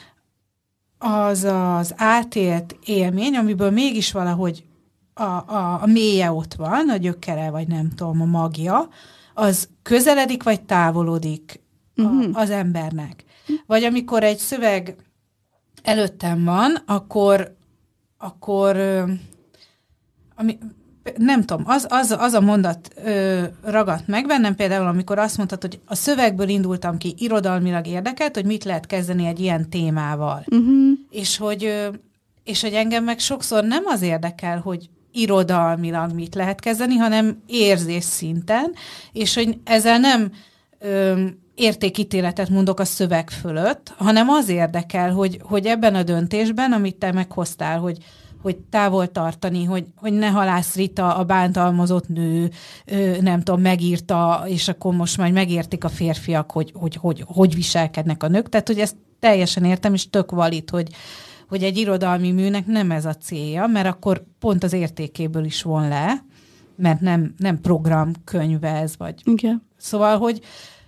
az az átélt élmény, amiből mégis valahogy a, a, a mélye ott van, a gyökere, vagy nem tudom, a magja, az közeledik, vagy távolodik uh-huh. a, az embernek. Vagy amikor egy szöveg előttem van, akkor, akkor ami, nem tudom, az, az, az a mondat ö, ragadt meg bennem például, amikor azt mondtad, hogy a szövegből indultam ki, irodalmilag érdekelt, hogy mit lehet kezdeni egy ilyen témával. Uh-huh. És, hogy, ö, és hogy engem meg sokszor nem az érdekel, hogy irodalmilag mit lehet kezdeni, hanem érzés szinten, és hogy ezzel nem ö, értékítéletet mondok a szöveg fölött, hanem az érdekel, hogy, hogy ebben a döntésben, amit te meghoztál, hogy hogy távol tartani, hogy, hogy ne Halász Rita, a bántalmazott nő, nem tudom, megírta, és akkor most majd megértik a férfiak, hogy hogy, hogy hogy viselkednek a nők. Tehát, hogy ezt teljesen értem, és tök valid, hogy, hogy egy irodalmi műnek nem ez a célja, mert akkor pont az értékéből is von le, mert nem, nem programkönyv ez, vagy... Okay. Szóval, hogy,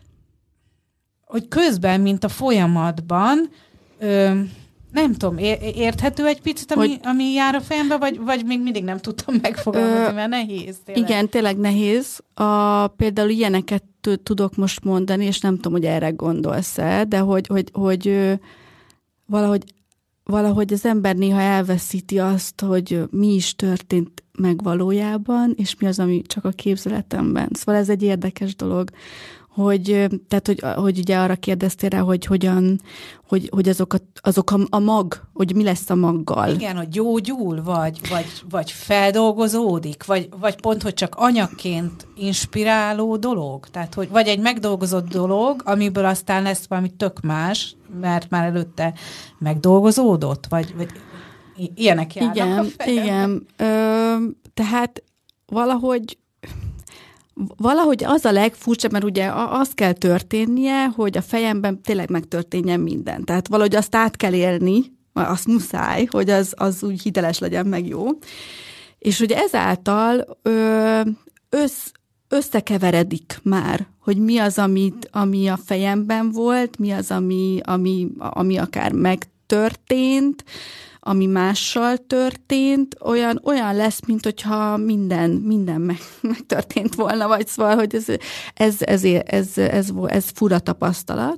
hogy közben, mint a folyamatban... Ö, nem tudom, érthető egy picit, ami, hogy, ami jár a fejembe, vagy, vagy még mindig nem tudtam megfogalmazni, mert nehéz. Tényleg. Igen, tényleg nehéz. A, például ilyeneket tudok most mondani, és nem tudom, hogy erre gondolsz-e, de hogy, hogy, hogy valahogy, valahogy az ember néha elveszíti azt, hogy mi is történt meg valójában, és mi az, ami csak a képzeletemben. Szóval ez egy érdekes dolog. Hogy, tehát, hogy, hogy ugye arra kérdeztél rá, hogy hogyan, hogy, hogy azok, a, azok a, a mag, hogy mi lesz a maggal. Igen, hogy gyógyul, vagy, vagy, vagy feldolgozódik, vagy, vagy pont, hogy csak anyagként inspiráló dolog. Tehát, hogy vagy egy megdolgozott dolog, amiből aztán lesz valami tök más, mert már előtte megdolgozódott, vagy, vagy ilyenek járnak igen, a fejembe. Igen, Ö, tehát valahogy Valahogy az a legfurcsább, mert ugye az kell történnie, hogy a fejemben tényleg megtörténjen minden. Tehát valahogy azt át kell élni, azt muszáj, hogy az, az úgy hiteles legyen, meg jó. És ugye ezáltal ö, össz, összekeveredik már, hogy mi az, amit, ami a fejemben volt, mi az, ami, ami, ami akár megtörtént, ami mással történt, olyan, olyan lesz, mint hogyha minden, minden meg, megtörtént volna, vagy szóval, hogy ez, ez, ez, ez, ez, ez fura tapasztalat.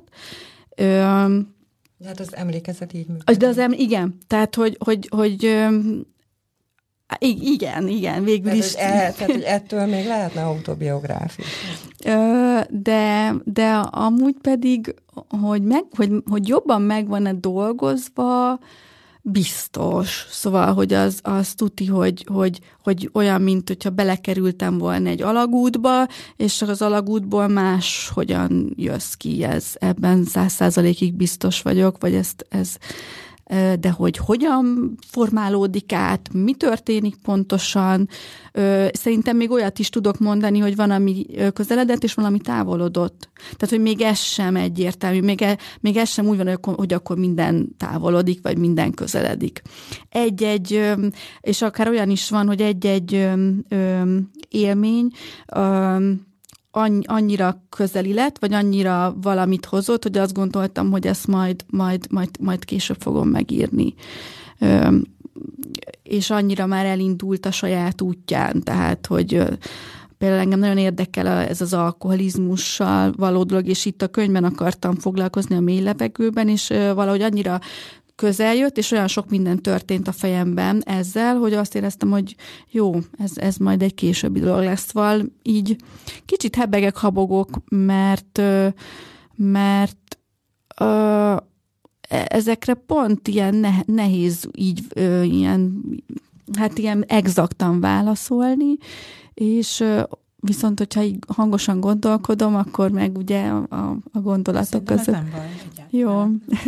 De hát az emlékezet így működik. De az em, igen, tehát, hogy, hogy, hogy igen, igen, végül tehát, is. Hogy e, tehát, hogy ettől még lehetne autobiográfia. De, de amúgy pedig, hogy, meg, hogy, hogy jobban meg van-e dolgozva, biztos. Szóval, hogy az, az tuti, hogy, hogy, hogy olyan, mint hogyha belekerültem volna egy alagútba, és az alagútból más hogyan jössz ki. Ez, ebben száz százalékig biztos vagyok, vagy ezt, ez, de hogy hogyan formálódik át, mi történik pontosan. Szerintem még olyat is tudok mondani, hogy van, ami közeledett, és valami távolodott. Tehát, hogy még ez sem egyértelmű, még, e, még ez sem úgy van, hogy akkor minden távolodik, vagy minden közeledik. Egy-egy, és akár olyan is van, hogy egy-egy élmény annyira közeli lett, vagy annyira valamit hozott, hogy azt gondoltam, hogy ezt majd, majd, majd, majd később fogom megírni. És annyira már elindult a saját útján, tehát, hogy például engem nagyon érdekel ez az alkoholizmussal való dolog, és itt a könyvben akartam foglalkozni a mély levegőben, és valahogy annyira közel jött, és olyan sok minden történt a fejemben ezzel, hogy azt éreztem, hogy jó, ez, ez majd egy későbbi dolog lesz. Val így kicsit hebegek, habogok, mert, mert ö, ezekre pont ilyen nehéz így ilyen, hát ilyen exaktan válaszolni, és viszont, hogyha így hangosan gondolkodom, akkor meg ugye a, a gondolatok között. Ez nem baj. Jó.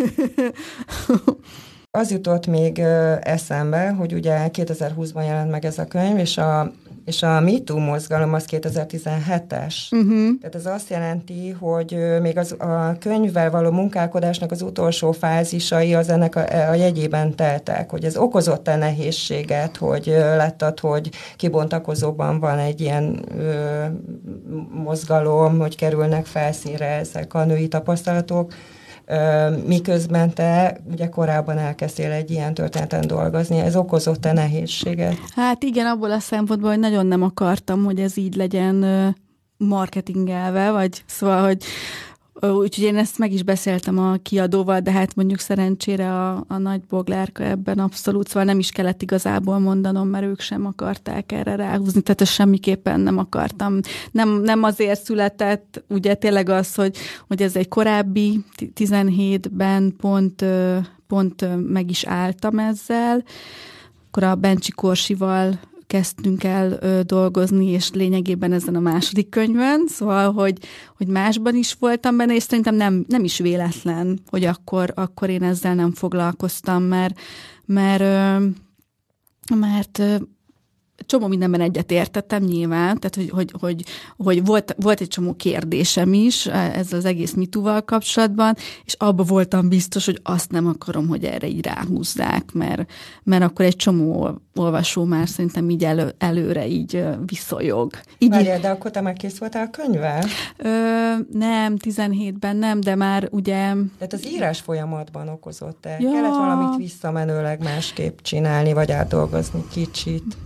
Az jutott még eszembe, hogy ugye kétezer-húszban jelent meg ez a könyv, és a, és a MeToo mozgalom az kétezer-tizenhetes. Uh-huh. Tehát ez azt jelenti, hogy még az, a könyvvel való munkálkodásnak az utolsó fázisai az ennek a, a jegyében teltek, hogy ez okozott-e nehézséget, hogy láttad, hogy kibontakozóban van egy ilyen ö, mozgalom, hogy kerülnek felszínre ezek a női tapasztalatok, miközben te ugye korábban elkezdtél egy ilyen történeten dolgozni. Ez okozott-e nehézséget? Hát igen, abból a szempontból, hogy nagyon nem akartam, hogy ez így legyen marketingelve, vagy szóval, hogy, Úgyhogy én ezt meg is beszéltem a kiadóval, de hát mondjuk szerencsére a, a nagy boglárka ebben abszolút, szóval nem is kellett igazából mondanom, mert ők sem akarták erre ráhúzni, tehát ezt semmiképpen nem akartam. Nem, nem azért született, ugye tényleg az, hogy, hogy ez egy korábbi tizenhétben pont, pont meg is álltam ezzel, akkor a Bencsi Korsival kezdtünk el ö, dolgozni, és lényegében ezen a második könyvön, szóval, hogy, hogy másban is voltam benne, és szerintem nem, nem is véletlen, hogy akkor, akkor én ezzel nem foglalkoztam, mert, mert, ö, mert ö, csomó mindenben egyet értettem nyilván, tehát hogy, hogy, hogy, hogy volt, volt egy csomó kérdésem is ezzel az egész mitúval kapcsolatban, és abban voltam biztos, hogy azt nem akarom, hogy erre így ráhúzzák, mert, mert akkor egy csomó olvasó már szerintem így elő, előre így viszonyog. Így Várjál, de akkor te már kész voltál a könyvvel? Ö, nem, tizenhétben nem, de már ugye... Tehát az írás folyamatban okozott-e? Ja. Kellett valamit visszamenőleg másképp csinálni, vagy átdolgozni kicsit?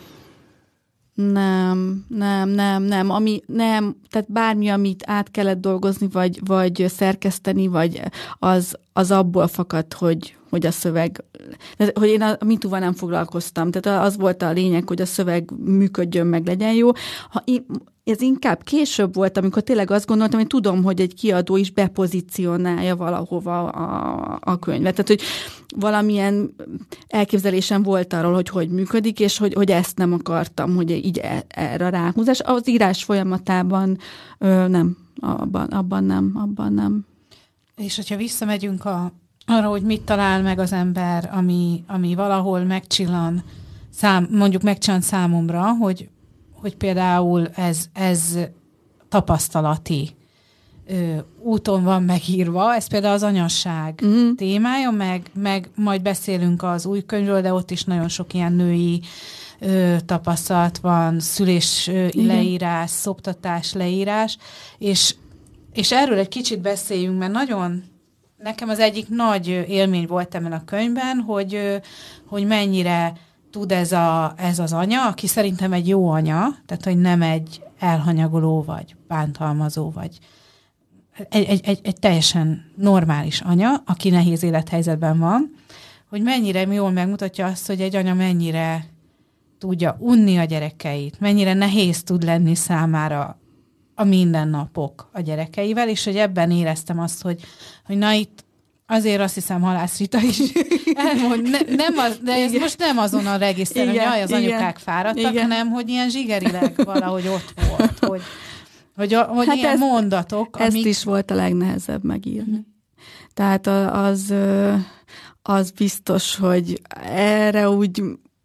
Nem, nem, nem, nem, ami, nem, tehát bármi, amit át kellett dolgozni, vagy, vagy szerkeszteni, vagy az, az abból fakadt, hogy, hogy a szöveg, hogy én a mitúval nem foglalkoztam, tehát az volt a lényeg, hogy a szöveg működjön, meg legyen jó. Ha ez inkább később volt, amikor tényleg azt gondoltam, hogy tudom, hogy egy kiadó is bepozícionálja valahova a, a könyvet. Tehát, hogy valamilyen elképzelésem volt arról, hogy hogy működik, és hogy, hogy ezt nem akartam, hogy így erre ráhúzás. Az írás folyamatában ö, nem, abban, abban nem, abban nem. És hogyha visszamegyünk a, arra, hogy mit talál meg az ember, ami, ami valahol megcsillan, szám, mondjuk megcsillan számomra, hogy hogy például ez, ez tapasztalati ö, úton van megírva, ez például az anyasság mm. témája, meg, meg majd beszélünk az új könyvről, de ott is nagyon sok ilyen női ö, tapasztalat van, szülés ö, leírás, szoptatás leírás, és, és erről egy kicsit beszéljünk, mert nagyon, nekem az egyik nagy élmény volt ebben a könyvben, hogy, ö, hogy mennyire tud ez, a, ez az anya, aki szerintem egy jó anya, tehát hogy nem egy elhanyagoló, vagy bántalmazó, vagy egy, egy, egy, egy teljesen normális anya, aki nehéz élethelyzetben van, hogy mennyire jól megmutatja azt, hogy egy anya mennyire tudja unni a gyerekeit, mennyire nehéz tud lenni számára a mindennapok a gyerekeivel, és hogy ebben éreztem azt, hogy, hogy na itt azért azt hiszem Halász Rita is elmond, ne, nem az, de ez most nem azon a regiszteren, hogy jaj, az anyukák igen. fáradtak, igen. hanem hogy ilyen zsigerileg valahogy ott volt, hogy, hogy, a, hogy hát ilyen ezt, mondatok. Ezt amik... is volt a legnehezebb megírni. Hmm. Tehát az, az biztos, hogy erre úgy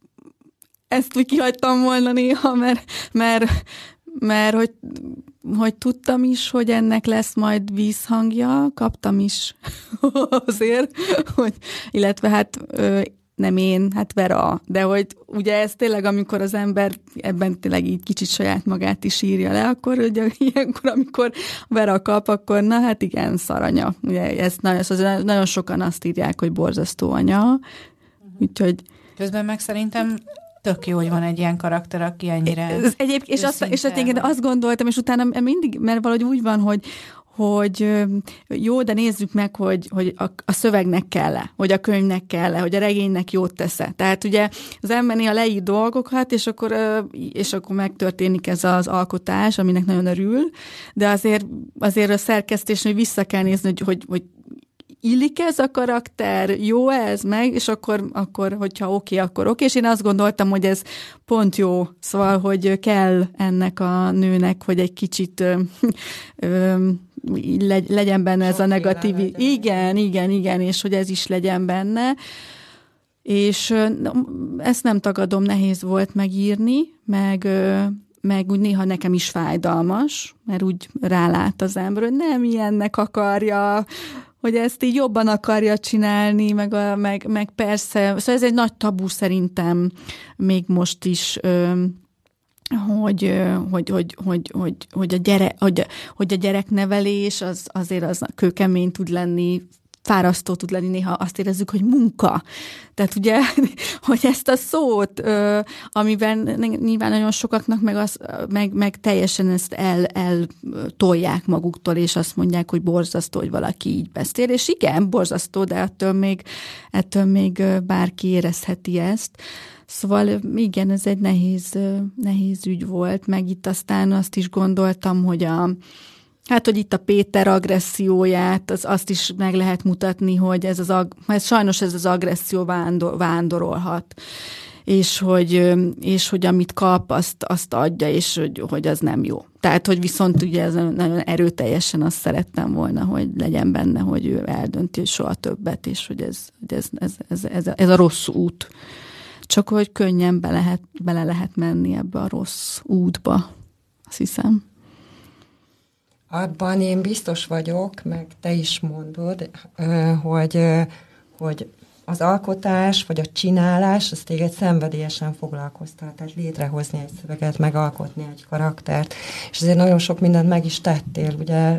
ezt úgy kihagytam volna néha, mert, mert, mert hogy hogy tudtam is, hogy ennek lesz majd vízhangja, kaptam is azért, hogy, illetve hát nem én, hát Vera, de hogy ugye ez tényleg, amikor az ember ebben tényleg így kicsit saját magát is írja le, akkor ugye ilyenkor, amikor Vera kap, akkor na hát igen, szaranya. Ugye ezt nagyon, nagyon sokan azt írják, hogy borzasztó anya, úgyhogy... Közben meg szerintem tök jó, hogy van egy ilyen karakter, aki ennyire Egyébként, és azt, és azt, azt gondoltam, és utána mindig, mert valahogy úgy van, hogy, hogy jó, de nézzük meg, hogy, hogy a, a szövegnek kell-e, hogy a könyvnek kell-e, hogy a regénynek jót tesz-e. Tehát ugye az ember néha leír dolgokat, és akkor, és akkor megtörténik ez az alkotás, aminek nagyon örül, de azért, azért a szerkesztésnél vissza kell nézni, hogy, hogy, hogy illik ez a karakter, jó ez meg, és akkor, akkor hogyha oké, okay, akkor oké, okay. És én azt gondoltam, hogy ez pont jó, szóval, hogy kell ennek a nőnek, hogy egy kicsit ö, ö, legyen benne ez a negatív. Igen, igen, igen, és hogy ez is legyen benne. És ezt nem tagadom, nehéz volt megírni, meg... meg úgy néha nekem is fájdalmas, mert úgy rálát az ember, hogy nem ilyennek akarja, hogy ezt így jobban akarja csinálni, meg, a, meg, meg persze, szóval ez egy nagy tabu szerintem még most is, hogy, hogy, hogy, hogy, hogy, a, gyere, hogy, hogy a gyereknevelés az, azért az kőkemény tud lenni fárasztó tud lenni, néha azt érezzük, hogy munka. Tehát ugye, hogy ezt a szót, amiben nyilván nagyon sokaknak meg, az, meg, meg teljesen ezt el, eltolják maguktól, és azt mondják, hogy borzasztó, hogy valaki így beszél, és igen, borzasztó, de ettől még, ettől még bárki érezheti ezt. Szóval igen, ez egy nehéz, nehéz ügy volt, meg itt aztán azt is gondoltam, hogy a Hát, hogy itt a Péter agresszióját, az, azt is meg lehet mutatni, hogy ez az ag, ez sajnos ez az agresszió vándor, vándorolhat, és hogy, és hogy amit kap, azt, azt adja, és hogy, hogy az nem jó. Tehát, hogy viszont ugye ez nagyon erőteljesen azt szerettem volna, hogy legyen benne, hogy ő eldönti, hogy soha többet, és hogy ez, hogy ez, ez, ez, ez, ez a rossz út. Csak hogy könnyen be lehet, bele lehet menni ebbe a rossz útba, azt hiszem. Abban én biztos vagyok, meg te is mondod, hogy, hogy az alkotás, vagy a csinálás, az téged szenvedélyesen foglalkoztat, tehát létrehozni egy szöveget, megalkotni egy karaktert, és ezért nagyon sok mindent meg is tettél, ugye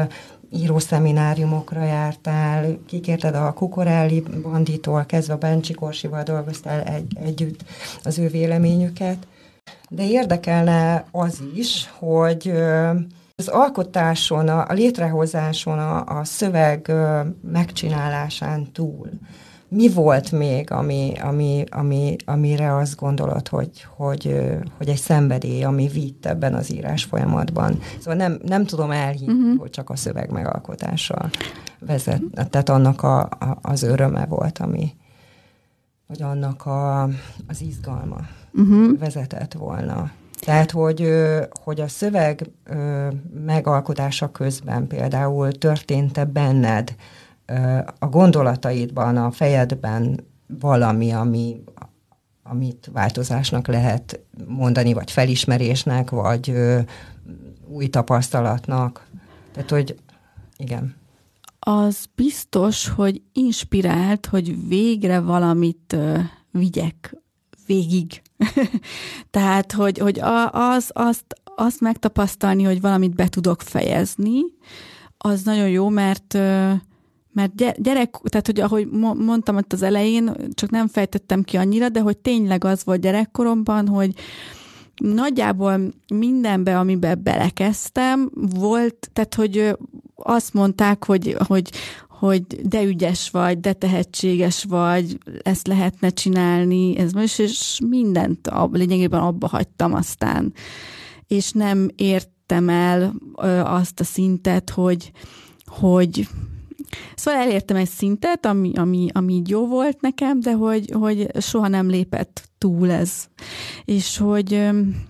írószemináriumokra jártál, kikérted a Cucorelli banditól, kezdve a Bencsi Korsival dolgoztál egy, együtt az ő véleményüket, de érdekelne az is, hogy az alkotáson, a, a létrehozáson, a, a szöveg megcsinálásán túl mi volt még, ami, ami, ami, amire azt gondolod, hogy, hogy, hogy egy szenvedély, ami vitt ebben az írás folyamatban? Szóval nem, nem tudom elhinni, uh-huh. hogy csak a szöveg megalkotása vezet, tehát annak a, a, az öröme volt, ami, vagy annak a, az izgalma uh-huh. vezetett volna. Tehát, hogy, hogy a szöveg megalkotása közben például történt-e benned a gondolataidban, a fejedben valami, ami, amit változásnak lehet mondani, vagy felismerésnek, vagy új tapasztalatnak. Tehát, hogy igen. Az biztos, hogy inspirált, hogy végre valamit vigyek végig. Tehát, hogy, hogy az, azt, azt megtapasztalni, hogy valamit be tudok fejezni, az nagyon jó, mert, mert gyerek, tehát, hogy ahogy mondtam ott az elején, csak nem fejtettem ki annyira, de hogy tényleg az volt gyerekkoromban, hogy nagyjából mindenbe, amiben belekezdtem, volt, tehát, hogy azt mondták, hogy, hogy hogy de ügyes vagy, de tehetséges vagy, ezt lehetne csinálni, ez most, és mindent ab, lényegében abba hagytam aztán. És nem értem el ö, azt a szintet, hogy, hogy szóval elértem egy szintet, ami, ami, ami így jó volt nekem, de hogy, hogy soha nem lépett túl ez. És hogy,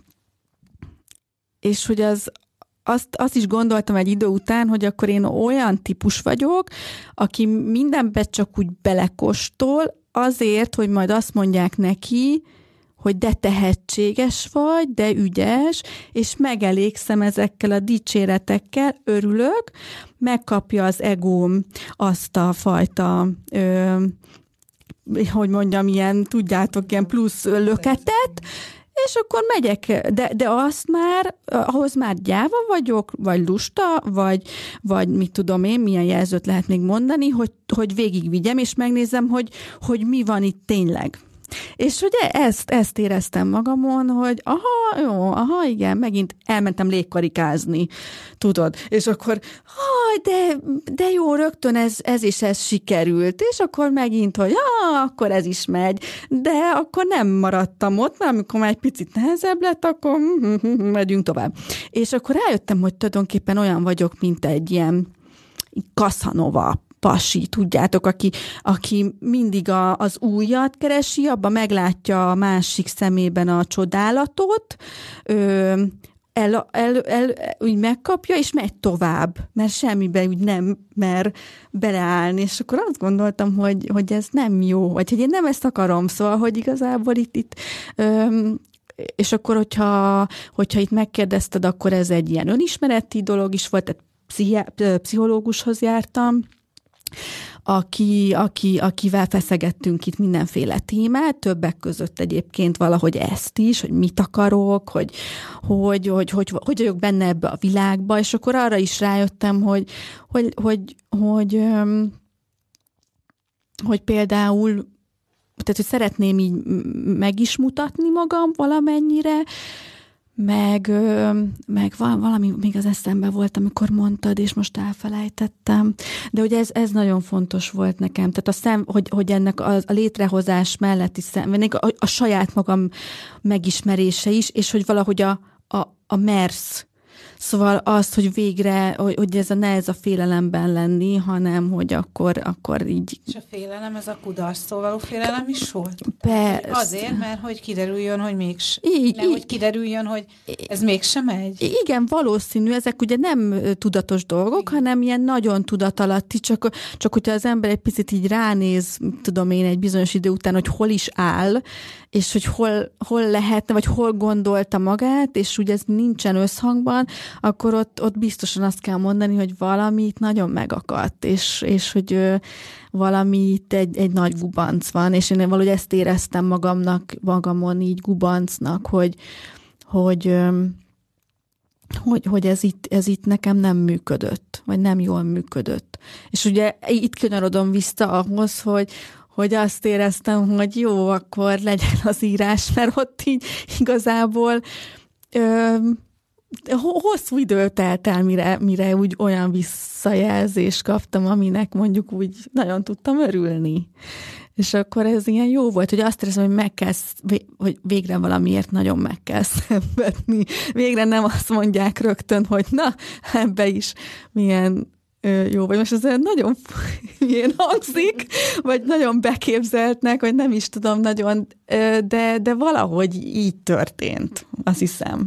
és hogy az Azt, azt is gondoltam egy idő után, hogy akkor én olyan típus vagyok, aki mindenbe csak úgy belekóstol, azért, hogy majd azt mondják neki, hogy de tehetséges vagy, de ügyes, és megelégszem ezekkel a dicséretekkel, örülök, megkapja az egóm azt a fajta, ö, hogy mondjam, ilyen, tudjátok, ilyen plusz löketet, és akkor megyek, de, de azt már, ahhoz már gyáva vagyok, vagy lusta, vagy, vagy mit tudom én, milyen jelzőt lehet még mondani, hogy, hogy végigvigyem, és megnézem, hogy, hogy mi van itt tényleg. És ugye ezt, ezt éreztem magamon, hogy aha, jó, aha, igen, megint elmentem légkarikázni, tudod, és akkor, haj, de, de jó, rögtön ez, ez is ez sikerült, és akkor megint, hogy ah, akkor ez is megy, de akkor nem maradtam ott, mert amikor már egy picit nehezebb lett, akkor megyünk tovább. És akkor rájöttem, hogy tulajdonképpen olyan vagyok, mint egy ilyen Casanova pasi, tudjátok, aki, aki mindig a, az újat keresi, abban meglátja a másik szemében a csodálatot, ö, el, el, el, úgy megkapja, és megy tovább, mert semmiben úgy nem mer beleállni, és akkor azt gondoltam, hogy, hogy ez nem jó, vagy hogy én nem ezt akarom, szóval, hogy igazából itt, itt ö, és akkor, hogyha, hogyha itt megkérdezted, akkor ez egy ilyen önismereti dolog is volt, tehát pszichi- pszichológushoz jártam, Aki, aki, akivel feszegettünk itt mindenféle témát, többek között egyébként valahogy ezt is, hogy mit akarok, hogy hogy, hogy, hogy, hogy vagyok benne ebbe a világba, és akkor arra is rájöttem, hogy, hogy, hogy, hogy, hogy például, tehát, hogy szeretném így meg is mutatni magam valamennyire, meg, meg valami még az eszembe volt, amikor mondtad, és most elfelejtettem. De hogy ez, ez nagyon fontos volt nekem. Tehát a szem, hogy, hogy ennek a, a létrehozás melletti szem, a, a saját magam megismerése is, és hogy valahogy a, a, a mersz. Szóval az, hogy végre, hogy, hogy ez a, ne ez a félelemben lenni, hanem hogy akkor, akkor így... És a félelem, ez a kudarctól való félelem is volt? Persze. Azért, mert hogy kiderüljön, hogy mégse. Így, nem, így. Hogy kiderüljön, hogy ez mégsem megy. Igen, valószínű, ezek ugye nem tudatos dolgok, igen. hanem ilyen nagyon tudatalatti, csak, csak hogyha az ember egy picit így ránéz, tudom én, egy bizonyos idő után, hogy hol is áll, és hogy hol, hol lehetne, vagy hol gondolta magát, és ugye ez nincsen összhangban, akkor ott, ott biztosan azt kell mondani, hogy valamit nagyon megakadt, és, és hogy ö, valamit egy, egy nagy gubanc van, és én valahogy ezt éreztem magamnak, magamon így gubancnak, hogy, hogy, ö, hogy, hogy ez, itt, ez itt nekem nem működött, vagy nem jól működött. És ugye itt kanyarodom vissza ahhoz, hogy hogy azt éreztem, hogy jó, akkor legyen az írás, mert ott így igazából ö, hosszú idő telt el, mire, mire úgy olyan visszajelzést kaptam, aminek mondjuk úgy nagyon tudtam örülni. És akkor ez ilyen jó volt, hogy azt érzem, hogy meg kell, hogy végre valamiért nagyon meg kell szenvedni. Végre nem azt mondják rögtön, hogy na, ebbe is milyen jó, vagy most ez nagyon ilyen hangzik, vagy nagyon beképzeltnek, vagy nem is tudom nagyon, de, de valahogy így történt, azt hiszem.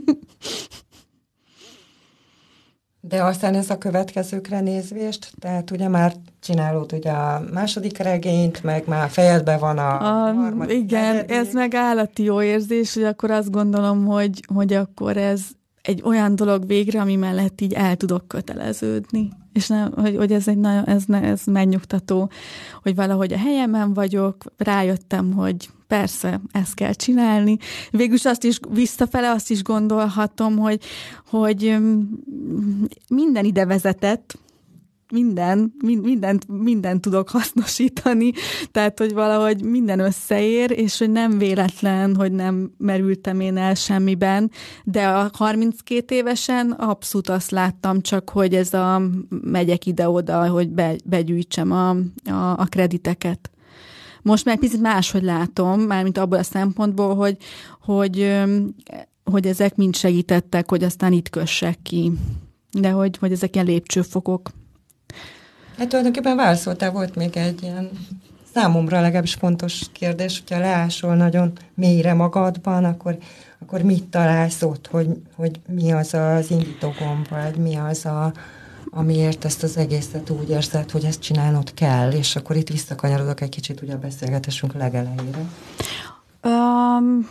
De aztán ez a következőkre nézvést, tehát ugye már csinálod ugye a második regényt, meg már fejedben van a, a harmadik. Igen, regény. Ez meg állati jó érzés, hogy akkor azt gondolom, hogy, hogy akkor ez egy olyan dolog végre, ami mellett így el tudok köteleződni. És nem, hogy, hogy ez egy nagyon, ez, ez megnyugtató, hogy valahogy a helyemen vagyok, rájöttem, hogy persze, ezt kell csinálni. Végülis azt is visszafele azt is gondolhatom, hogy, hogy minden ide vezetett, minden, mindent, mindent tudok hasznosítani, tehát, hogy valahogy minden összeér, és hogy nem véletlen, hogy nem merültem én el semmiben, de a harminckét évesen abszolút azt láttam csak, hogy ez a megyek ide-oda, hogy be, begyűjtsem a, a, a krediteket. Most már picit máshogy látom, mármint abból a szempontból, hogy, hogy, hogy ezek mind segítettek, hogy aztán itt kössek ki, de hogy, hogy ezek ilyen lépcsőfokok. Hát tulajdonképpen válaszoltál, volt még egy ilyen számomra legalábbis fontos kérdés, hogyha leásol nagyon mélyre magadban, akkor, akkor mit találsz ott, hogy, hogy mi az az indítógomb, vagy mi az, a, amiért ezt az egészet úgy érzed, hogy ezt csinálnod kell, és akkor itt visszakanyarodok egy kicsit ugye a beszélgetésünk legelejére. Um,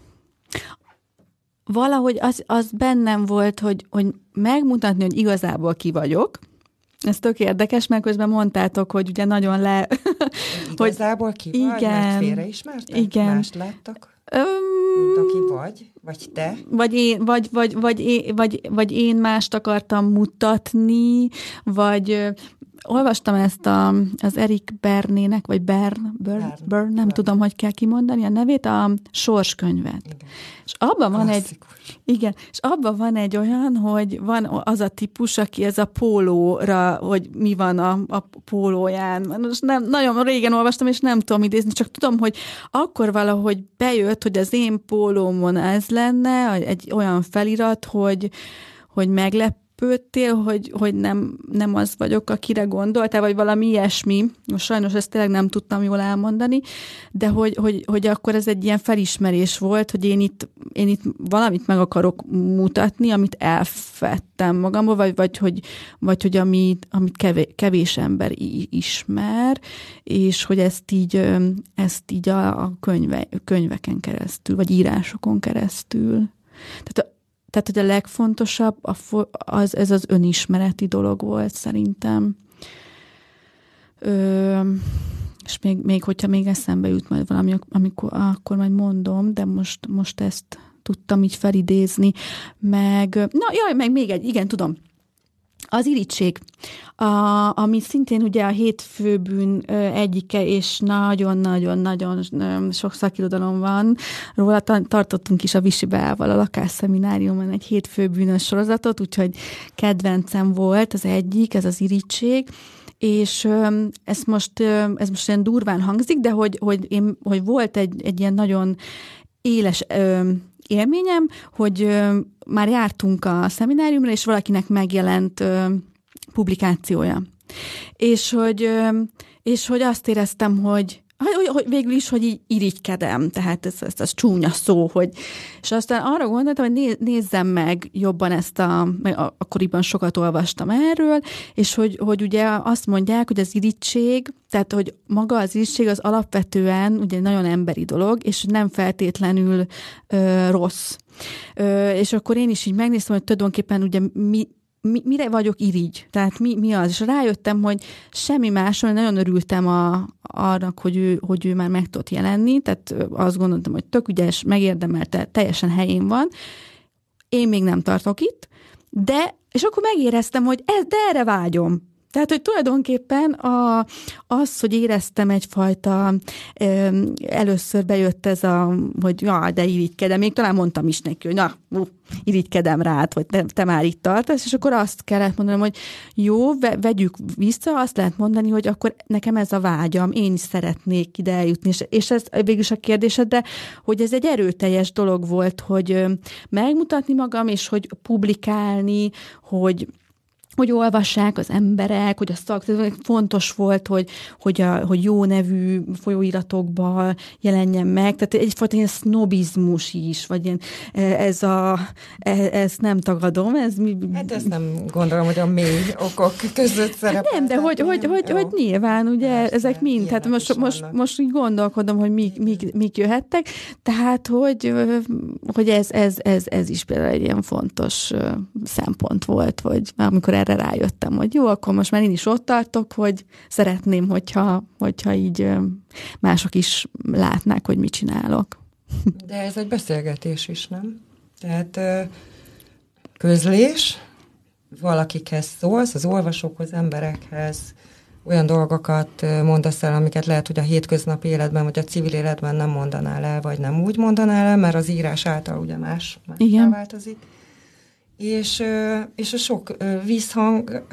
valahogy az, az bennem volt, hogy, hogy megmutatni, hogy igazából ki vagyok. Ez tök érdekes, mert közben mondtátok, hogy ugye nagyon le... Igazából ki vagy, igen, mert félreismertek? Igen. Mást láttak? Öm, mint aki vagy? Vagy te? Vagy én, vagy, vagy, vagy, én, vagy, vagy én mást akartam mutatni, vagy... Olvastam ezt a, az Erik Bernének, vagy Bern, Bern, Bern, Bern nem Bern. tudom, hogy kell kimondani a nevét, a Sorskönyvet. Igen. És abban van egy, igen, és abban van egy olyan, hogy van az a típus, aki ez a pólóra, hogy mi van a, a pólóján. Most nem, nagyon régen olvastam, és nem tudom idézni, csak tudom, hogy akkor valahogy bejött, hogy az én pólómon ez lenne, egy olyan felirat, hogy, hogy meglep Pőttél, hogy, hogy nem, nem az vagyok, akire gondoltál, vagy valami ilyesmi. Most sajnos ezt tényleg nem tudtam jól elmondani, de hogy, hogy, hogy akkor ez egy ilyen felismerés volt, hogy én itt, én itt valamit meg akarok mutatni, amit elfettem magamból, vagy, vagy hogy, vagy, hogy amit, amit kevés, kevés ember ismer, és hogy ezt így, ezt így a, a könyve, könyveken keresztül, vagy írásokon keresztül. Tehát Tehát, hogy a legfontosabb az, ez az önismereti dolog volt szerintem. Ö, és még, még, hogyha még eszembe jut majd valami, amikor, akkor majd mondom, de most, most ezt tudtam így felidézni. Meg, na jaj, meg még egy, igen, tudom. Az irigység, a, ami szintén ugye a hét főbűn egyike, és nagyon-nagyon-nagyon sok szakirodalom van. Róla tartottunk is a Visi Beával a lakásszemináriumon egy hét főbűnös sorozatot, úgyhogy kedvencem volt az egyik, ez az irigység. És ez most, ez most ilyen durván hangzik, de hogy, hogy, én, hogy volt egy, egy ilyen nagyon éles élményem, hogy már jártunk a szemináriumra, és valakinek megjelent publikációja. És hogy, és hogy azt éreztem, hogy Hogy, hogy végül is, hogy így irigykedem, tehát ez, ez, ez csúnya szó, hogy... És aztán arra gondoltam, hogy néz, nézzem meg jobban ezt a... Akkoriban sokat olvastam erről, és hogy, hogy ugye azt mondják, hogy az irigység, tehát hogy maga az irigység az alapvetően ugye nagyon emberi dolog, és nem feltétlenül ö, rossz. Ö, és akkor én is így megnéztem, hogy tulajdonképpen ugye mi... Mi, mire vagyok irigy? Tehát mi, mi az? És rájöttem, hogy semmi másról, nagyon örültem a, arra, hogy ő, hogy ő már meg tudott jelenni, tehát azt gondoltam, hogy tök ügyes, megérdemelte, teljesen helyén van. Én még nem tartok itt, de, és akkor megéreztem, hogy ez, de erre vágyom. Tehát, hogy tulajdonképpen a, az, hogy éreztem egyfajta, ö, először bejött ez a, hogy ja, de irigykedem, még talán mondtam is neki, hogy na, uh, irigykedem rád, hogy te, te már itt tartasz, és akkor azt kellett mondanom, hogy jó, ve, vegyük vissza, azt lehet mondani, hogy akkor nekem ez a vágyam, én is szeretnék ide eljutni, és, és ez végülis a kérdésedre, hogy ez egy erőteljes dolog volt, hogy megmutatni magam, és hogy publikálni, hogy hogy olvassák az emberek, hogy a szak, fontos volt, hogy, hogy, a, hogy jó nevű folyóiratokban jelenjen meg, tehát egyfajta ilyen sznobizmus is, vagy ilyen, ez a, ezt nem tagadom. Ez mi... Hát ezt nem gondolom, hogy a mély okok között szerepel. Nem, de hogy, hogy, hogy, hogy nyilván, ugye, Persze, ezek mind, tehát most, most, most így gondolkodom, hogy mik, mik, mik jöhettek, tehát, hogy, hogy ez, ez, ez, ez is például egy ilyen fontos szempont volt, hogy amikor erre rájöttem, hogy jó, akkor most már én is ott tartok, hogy szeretném, hogyha, hogyha így mások is látnák, hogy mit csinálok. De ez egy beszélgetés is, nem? Tehát közlés, valakikhez szólsz, az olvasókhoz, emberekhez, olyan dolgokat mondasz el, amiket lehet, hogy a hétköznapi életben, vagy a civil életben nem mondanál el, vagy nem úgy mondanál el, mert az írás által ugye más, más változik. És, és a sok vízhang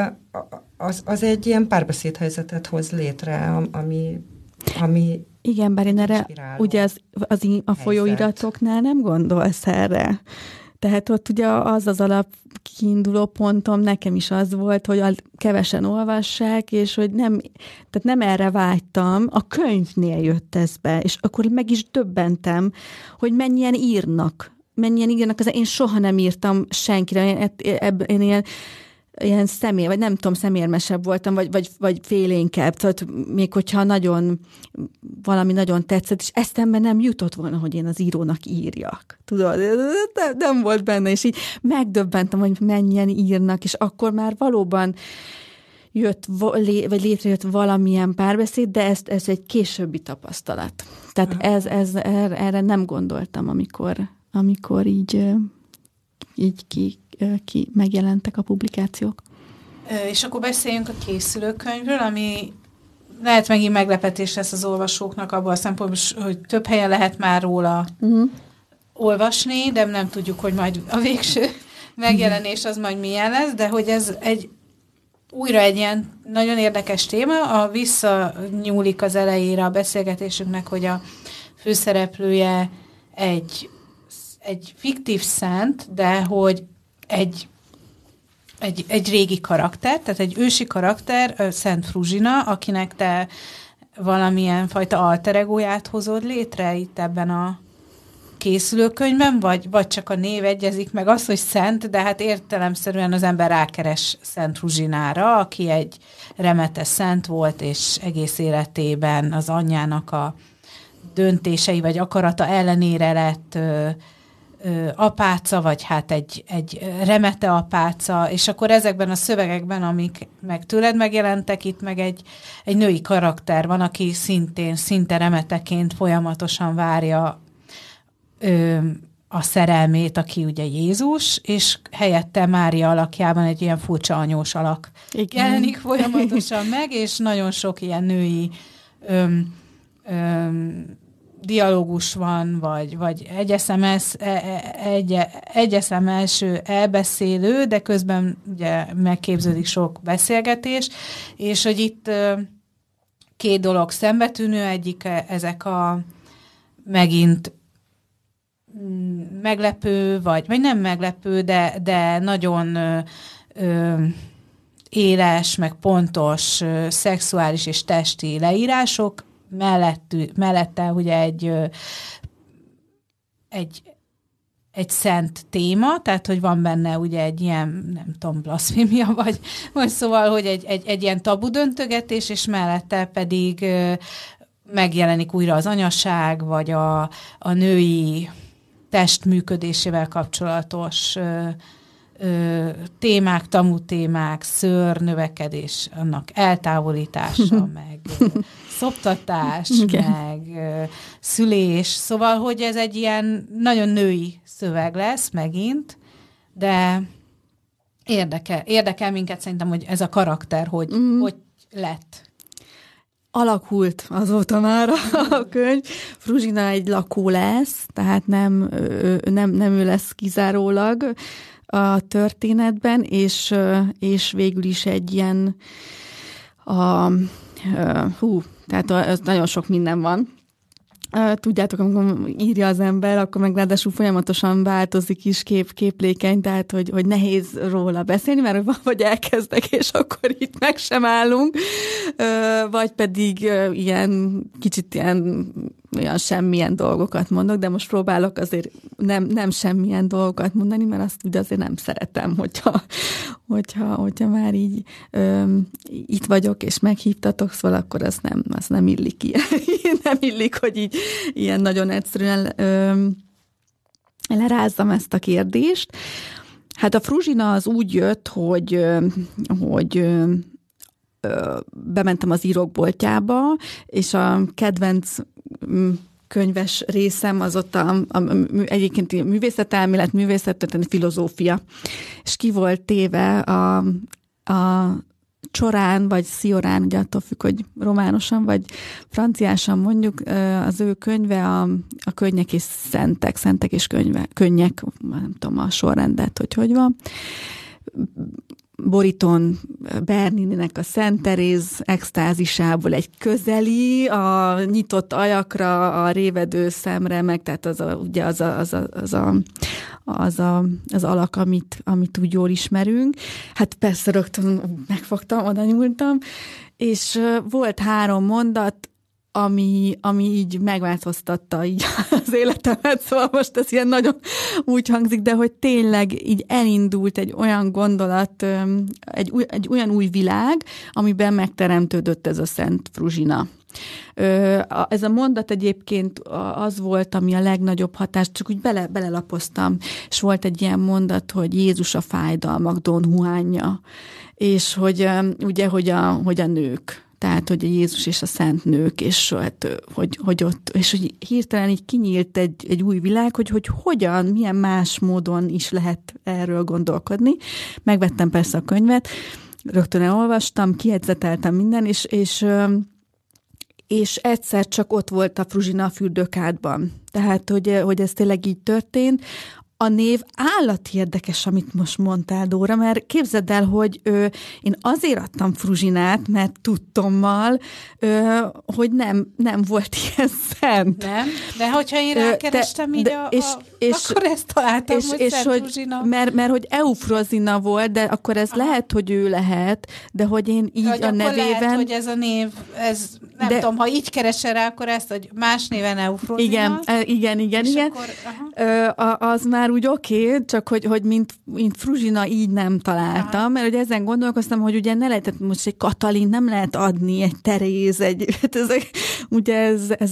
az, az egy ilyen párbeszédhelyzetet hoz létre, ami, ami igen, bár én erre ugye az, az a folyóiratoknál nem gondolsz erre. Tehát ott ugye az az alap kiinduló pontom nekem is az volt, hogy kevesen olvassák, és hogy nem, tehát nem erre vágytam, a könyvnél jött ez be, és akkor meg is döbbentem, hogy mennyien írnak. mennyien írnak, az én soha nem írtam senkire, én, én ilyen, ilyen személy, vagy nem tudom, szemérmesebb voltam, vagy, vagy, vagy félénkebb, tehát még hogyha nagyon, valami nagyon tetszett, és eszembe nem jutott volna, hogy én az írónak írjak. Tudod, nem, nem volt benne, és így megdöbbentem, hogy mennyien írnak, és akkor már valóban jött, vagy létrejött valamilyen párbeszéd, de ez, ez egy későbbi tapasztalat. Tehát ez, ez, erre nem gondoltam, amikor amikor így, így ki, ki megjelentek a publikációk. És akkor beszéljünk a készülőkönyvről, ami lehet megint meglepetés lesz az olvasóknak abban a szempontból, hogy több helyen lehet már róla uh-huh. olvasni, de nem tudjuk, hogy majd a végső megjelenés az majd milyen lesz, de hogy ez egy újra egy ilyen nagyon érdekes téma, a visszanyúlik az elejére a beszélgetésünknek, hogy a főszereplője egy egy fiktív szent, de hogy egy, egy, egy régi karakter, tehát egy ősi karakter, Szent Fruzsina, akinek te valamilyen fajta alter egóját hozod létre itt ebben a készülőkönyvben, vagy, vagy csak a név egyezik meg az, hogy szent, de hát értelemszerűen az ember rákeres Szent Fruzsinára, aki egy remetes szent volt, és egész életében az anyjának a döntései vagy akarata ellenére lett ö, ö, apáca, vagy hát egy, egy remete apáca, és akkor ezekben a szövegekben, amik meg tőled megjelentek, itt meg egy, egy női karakter van, aki szintén, szinte remeteként folyamatosan várja ö, a szerelmét, aki ugye Jézus, és helyette Mária alakjában egy ilyen furcsa anyós alak Igen. jelenik folyamatosan meg, és nagyon sok ilyen női öm, öm, dialógus van, vagy, vagy egyeszemes, egy, egyeszem első elbeszélő, de közben ugye megképződik sok beszélgetés, és hogy itt két dolog szembetűnő, egyik ezek a megint meglepő, vagy, vagy nem meglepő, de, de nagyon ö, ö, éles, meg pontos ö, szexuális és testi leírások, mellettű, mellette ugye egy, ö, egy, egy szent téma, tehát hogy van benne ugye egy ilyen, nem tudom, blaszfémia, vagy, vagy szóval, hogy egy, egy, egy ilyen tabu döntögetés, és mellette pedig ö, megjelenik újra az anyaság, vagy a, a női test működésével kapcsolatos ö, ö, témák, tamu témák, szőr, növekedés, annak eltávolítása, meg ö, szoptatás, Igen. meg ö, szülés. Szóval, hogy ez egy ilyen nagyon női szöveg lesz megint, de érdekel, érdekel minket szerintem, hogy ez a karakter, hogy, mm. hogy lett. Alakult azóta már a könyv. Fruzsina egy lakó lesz, tehát nem, nem, nem ő lesz kizárólag a történetben, és, és végül is egy ilyen a, hú, tehát az nagyon sok minden van. Tudjátok, amikor írja az ember, akkor meg ráadásul folyamatosan változik is kép, képlékeny, tehát hogy, hogy nehéz róla beszélni, mert vagy elkezdek, és akkor itt meg sem állunk, vagy pedig ilyen kicsit ilyen, olyan semmilyen dolgokat mondok, de most próbálok azért nem, nem semmilyen dolgokat mondani, mert azt ugye azért nem szeretem, hogyha, hogyha, hogyha már így öm, itt vagyok, és meghívtatok, szóval akkor az nem, az nem illik ilyen, nem illik, hogy így ilyen nagyon egyszerűen öm, lerázzam ezt a kérdést. Hát a Fruzsina az úgy jött, hogy, hogy bementem az írókboltjába, és a kedvenc könyves részem az ott a, a, a, egyébként művészetelmélet, művészettörténet, filozófia. És ki volt téve a, a Csorán, vagy Sziorán, ugye attól függ, hogy románosan, vagy franciásan mondjuk, az ő könyve a, a Könnyek és Szentek, Szentek és könyve, Könnyek, nem tudom a sorrendet, hogy hogy van. Borítón Bernininek a Szent Teréz extázisából egy közeli, a nyitott ajakra, a révedő szemre, meg tehát az a, ugye az a, az a, az a, az, a, az alak, amit, amit úgy jól ismerünk. Hát persze rögtön megfogtam, oda nyúltam, és volt három mondat, ami, ami így megváltoztatta így az életemet, szóval most ez ilyen nagyon úgy hangzik, de hogy tényleg így elindult egy olyan gondolat, egy, egy olyan új világ, amiben megteremtődött ez a Szent Fruzsina. Ez a mondat egyébként az volt, ami a legnagyobb hatás, csak úgy bele, belelapoztam, és volt egy ilyen mondat, hogy Jézus a fájdalmak Don Juanja, és hogy ugye, hogy a, hogy a nők, tehát, hogy a Jézus és a szent nők, és hát, hogy, hogy ott, és hogy hirtelen így kinyílt egy, egy új világ, hogy, hogy hogyan, milyen más módon is lehet erről gondolkodni. Megvettem persze a könyvet, rögtön elolvastam, kiegyzeteltem minden, és, és, és egyszer csak ott volt a Fruzsina a fürdőkádban. Tehát, hogy, hogy ez tényleg így történt. A név állati érdekes, amit most mondtál, Dóra, mert képzeld el, hogy ö, én azért adtam Fruzsinát, mert tudtommal, ö, hogy nem, nem volt ilyen szent. Nem? De hogyha én rákerestem de, így de, a, és, a, és, akkor ezt találtam, és, hogy és Szent hogy, Fruzsina. Mert, mert hogy Eufrozina volt, de akkor ez Aha. lehet, hogy ő lehet, de hogy én így hogy a nevében... lehet, hogy ez a név, ez nem de, tudom, ha így keresel rá, akkor ezt, hogy más néven Eufrozina. Igen, igen, igen, igen. Akkor, ö, az már úgy oké, okay, csak hogy, hogy mint, mint Fruzsina így nem találtam, Aha. mert hogy ezen gondolkoztam, hogy ugye ne lehetett most egy Katalin, nem lehet adni, egy Teréz, egy, hát ezek, ugye ez, ezek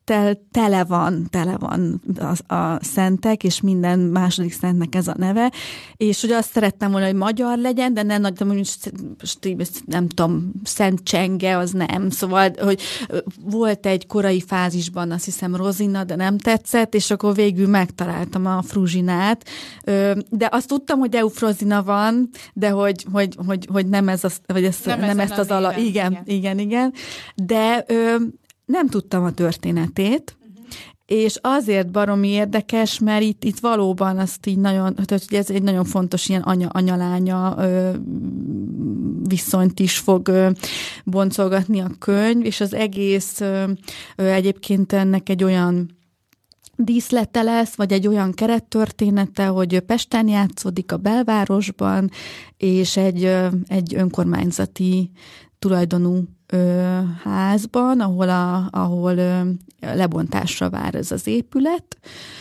tel, tele van, tele van a, a szentek, és minden második szentnek ez a neve, és hogy azt szerettem volna, hogy magyar legyen, de nem, nem, nem tudom, Szent Csenge, az nem, szóval, hogy volt egy korai fázisban, azt hiszem Rozina, de nem tetszett, és akkor végül megtaláltam a Fruzsinát, de azt tudtam, hogy Eufrozina van, de hogy, hogy, hogy, hogy nem, ez az, vagy ezt, nem, nem ezt az ala... Igen, igen, igen, igen. De ö, nem tudtam a történetét, uh-huh. és azért baromi érdekes, mert itt, itt valóban azt így nagyon, hogy ez egy nagyon fontos ilyen anya, anyalánya ö, viszonyt is fog ö, boncolgatni a könyv, és az egész ö, ö, egyébként ennek egy olyan díszlete lesz, vagy egy olyan kerettörténete, hogy Pesten játszódik a belvárosban, és egy, egy önkormányzati tulajdonú ö, házban, ahol, a, ahol ö, lebontásra vár ez az épület,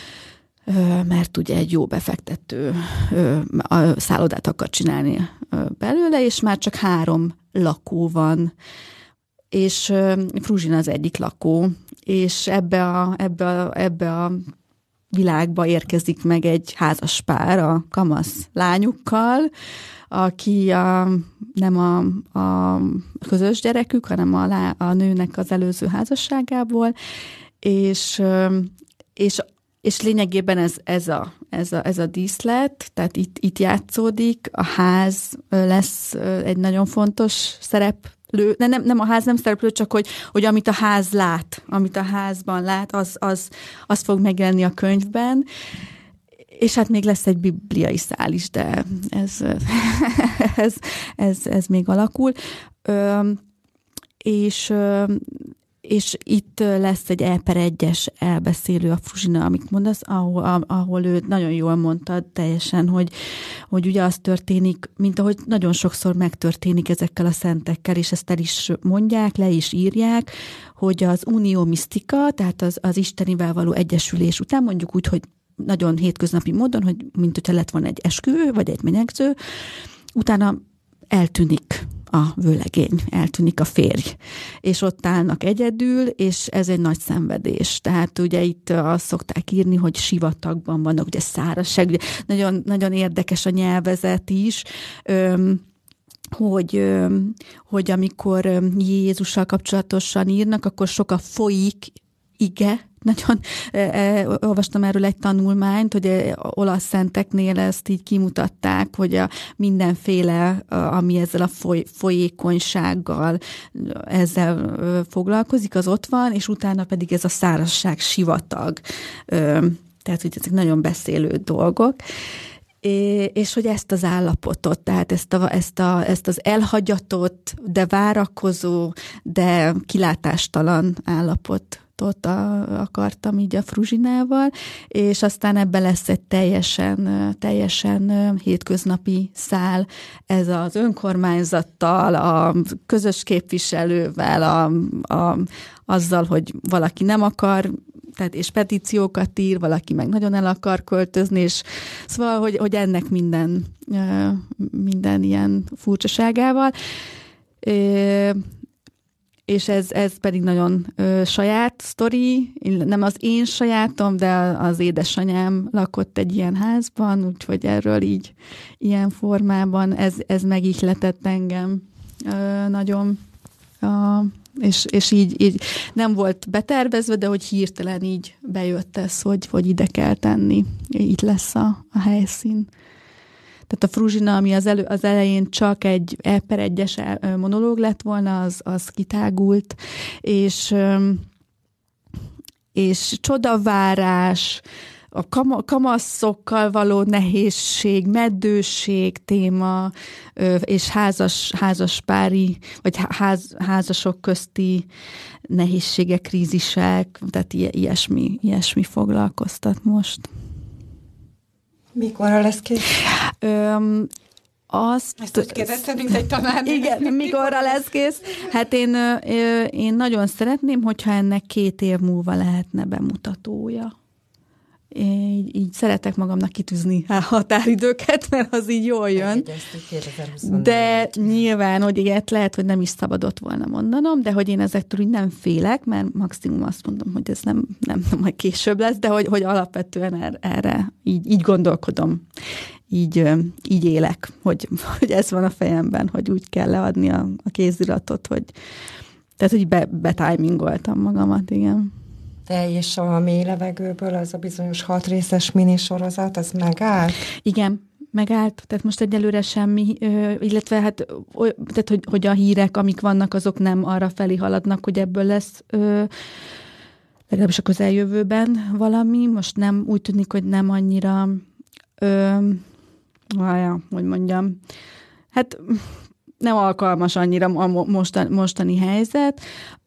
ö, mert ugye egy jó befektető ö, a szállodát akar csinálni ö, belőle, és már csak három lakó van, és Fruzsina az egyik lakó, és ebbe a, ebbe, a, ebbe a világba érkezik meg egy házas pár a kamasz lányukkal, aki a, nem a, a közös gyerekük, hanem a, lá, a nőnek az előző házasságából, és, és, és lényegében ez, ez, a, ez, a, ez a díszlet, tehát itt, itt játszódik, a ház lesz egy nagyon fontos szerep, Lő, nem, nem a ház nem szereplő, csak hogy, hogy amit a ház lát, amit a házban lát, az, az, az fog megjelenni a könyvben, és hát még lesz egy bibliai szál is, de ez, ez, ez, ez még alakul. Ö, és, és itt lesz egy E per egyes elbeszélő, a Fruzsina, amit mondasz, ahol, ahol ő nagyon jól mondta teljesen, hogy, hogy ugye az történik, mint ahogy nagyon sokszor megtörténik ezekkel a szentekkel, és ezt el is mondják, le is írják, hogy az unió misztika, tehát az, az Istenivel való egyesülés után, mondjuk úgy, hogy nagyon hétköznapi módon, hogy mint hogyha lett volna egy esküvő, vagy egy menyegző, utána eltűnik a vőlegény, eltűnik a férj, és ott állnak egyedül, és ez egy nagy szenvedés. Tehát ugye itt azt szokták írni, hogy sivatagban vannak, ugye szárazság, ugye nagyon, nagyon érdekes a nyelvezet is, hogy, hogy amikor Jézussal kapcsolatosan írnak, akkor sok a folyik ige, nagyon eh, olvastam erről egy tanulmányt, hogy eh, olasz szenteknél ezt így kimutatták, hogy a mindenféle, ami ezzel a foly, folyékonysággal ezzel eh, foglalkozik, az ott van, és utána pedig ez a szárazság, sivatag. Eh, tehát, hogy ezek nagyon beszélő dolgok. É, és hogy ezt az állapotot, tehát ezt, a, ezt, a, ezt az elhagyatott, de várakozó, de kilátástalan állapot ott a, akartam így a Fruzsinával, és aztán ebben lesz egy teljesen, teljesen hétköznapi szál, ez az önkormányzattal, a közös képviselővel, a, a, azzal, hogy valaki nem akar, tehát és petíciókat ír, valaki meg nagyon el akar költözni, és szóval, hogy, hogy ennek minden, minden ilyen furcsaságával. És ez, ez pedig nagyon ö, saját sztori, nem az én sajátom, de az édesanyám lakott egy ilyen házban, úgyhogy erről így ilyen formában ez, ez megihletett engem ö, nagyon, ö, és, és így, így nem volt betervezve, de hogy hirtelen így bejött ez, hogy, hogy ide kell tenni, itt lesz a, a helyszín. Tehát a Fruzsina, ami az, elő, az elején csak egy E per egyes monológ lett volna, az, az kitágult, és, és csodavárás, a kamaszokkal való nehézség, meddőség téma, és házas, házaspári, vagy ház, házasok közti nehézségek, krízisek, tehát ilyesmi, ilyesmi foglalkoztat most. Mikorra lesz kész? Öm, azt... Ezt úgy kérdezted, mint egy tanár. Igen, mikorra lesz kész? Hát én, én nagyon szeretném, hogyha ennek két év múlva lehetne bemutatója. így, így szeretek magamnak kitűzni a határidőket, mert az így jól jön. De nyilván, hogy ilyet lehet, hogy nem is szabadott volna mondanom, de hogy én ezektől úgy nem félek, mert maximum azt mondom, hogy ez nem, nem, nem majd később lesz, de hogy, hogy alapvetően erre, erre így, így gondolkodom. Így, így élek, hogy, hogy ez van a fejemben, hogy úgy kell leadni a, a kéziratot, hogy tehát, hogy be, betimingoltam magamat, igen. De és a mély levegőből az a bizonyos hat részes minisorozat, az megállt? Igen, megállt, tehát most egyelőre semmi, illetve hát, tehát, hogy, hogy a hírek, amik vannak, azok nem arra felé haladnak, hogy ebből lesz legalábbis a közeljövőben valami. Most nem, úgy tűnik, hogy nem annyira ö, Vája, hogy mondjam, hát nem alkalmas annyira a mostani, mostani helyzet,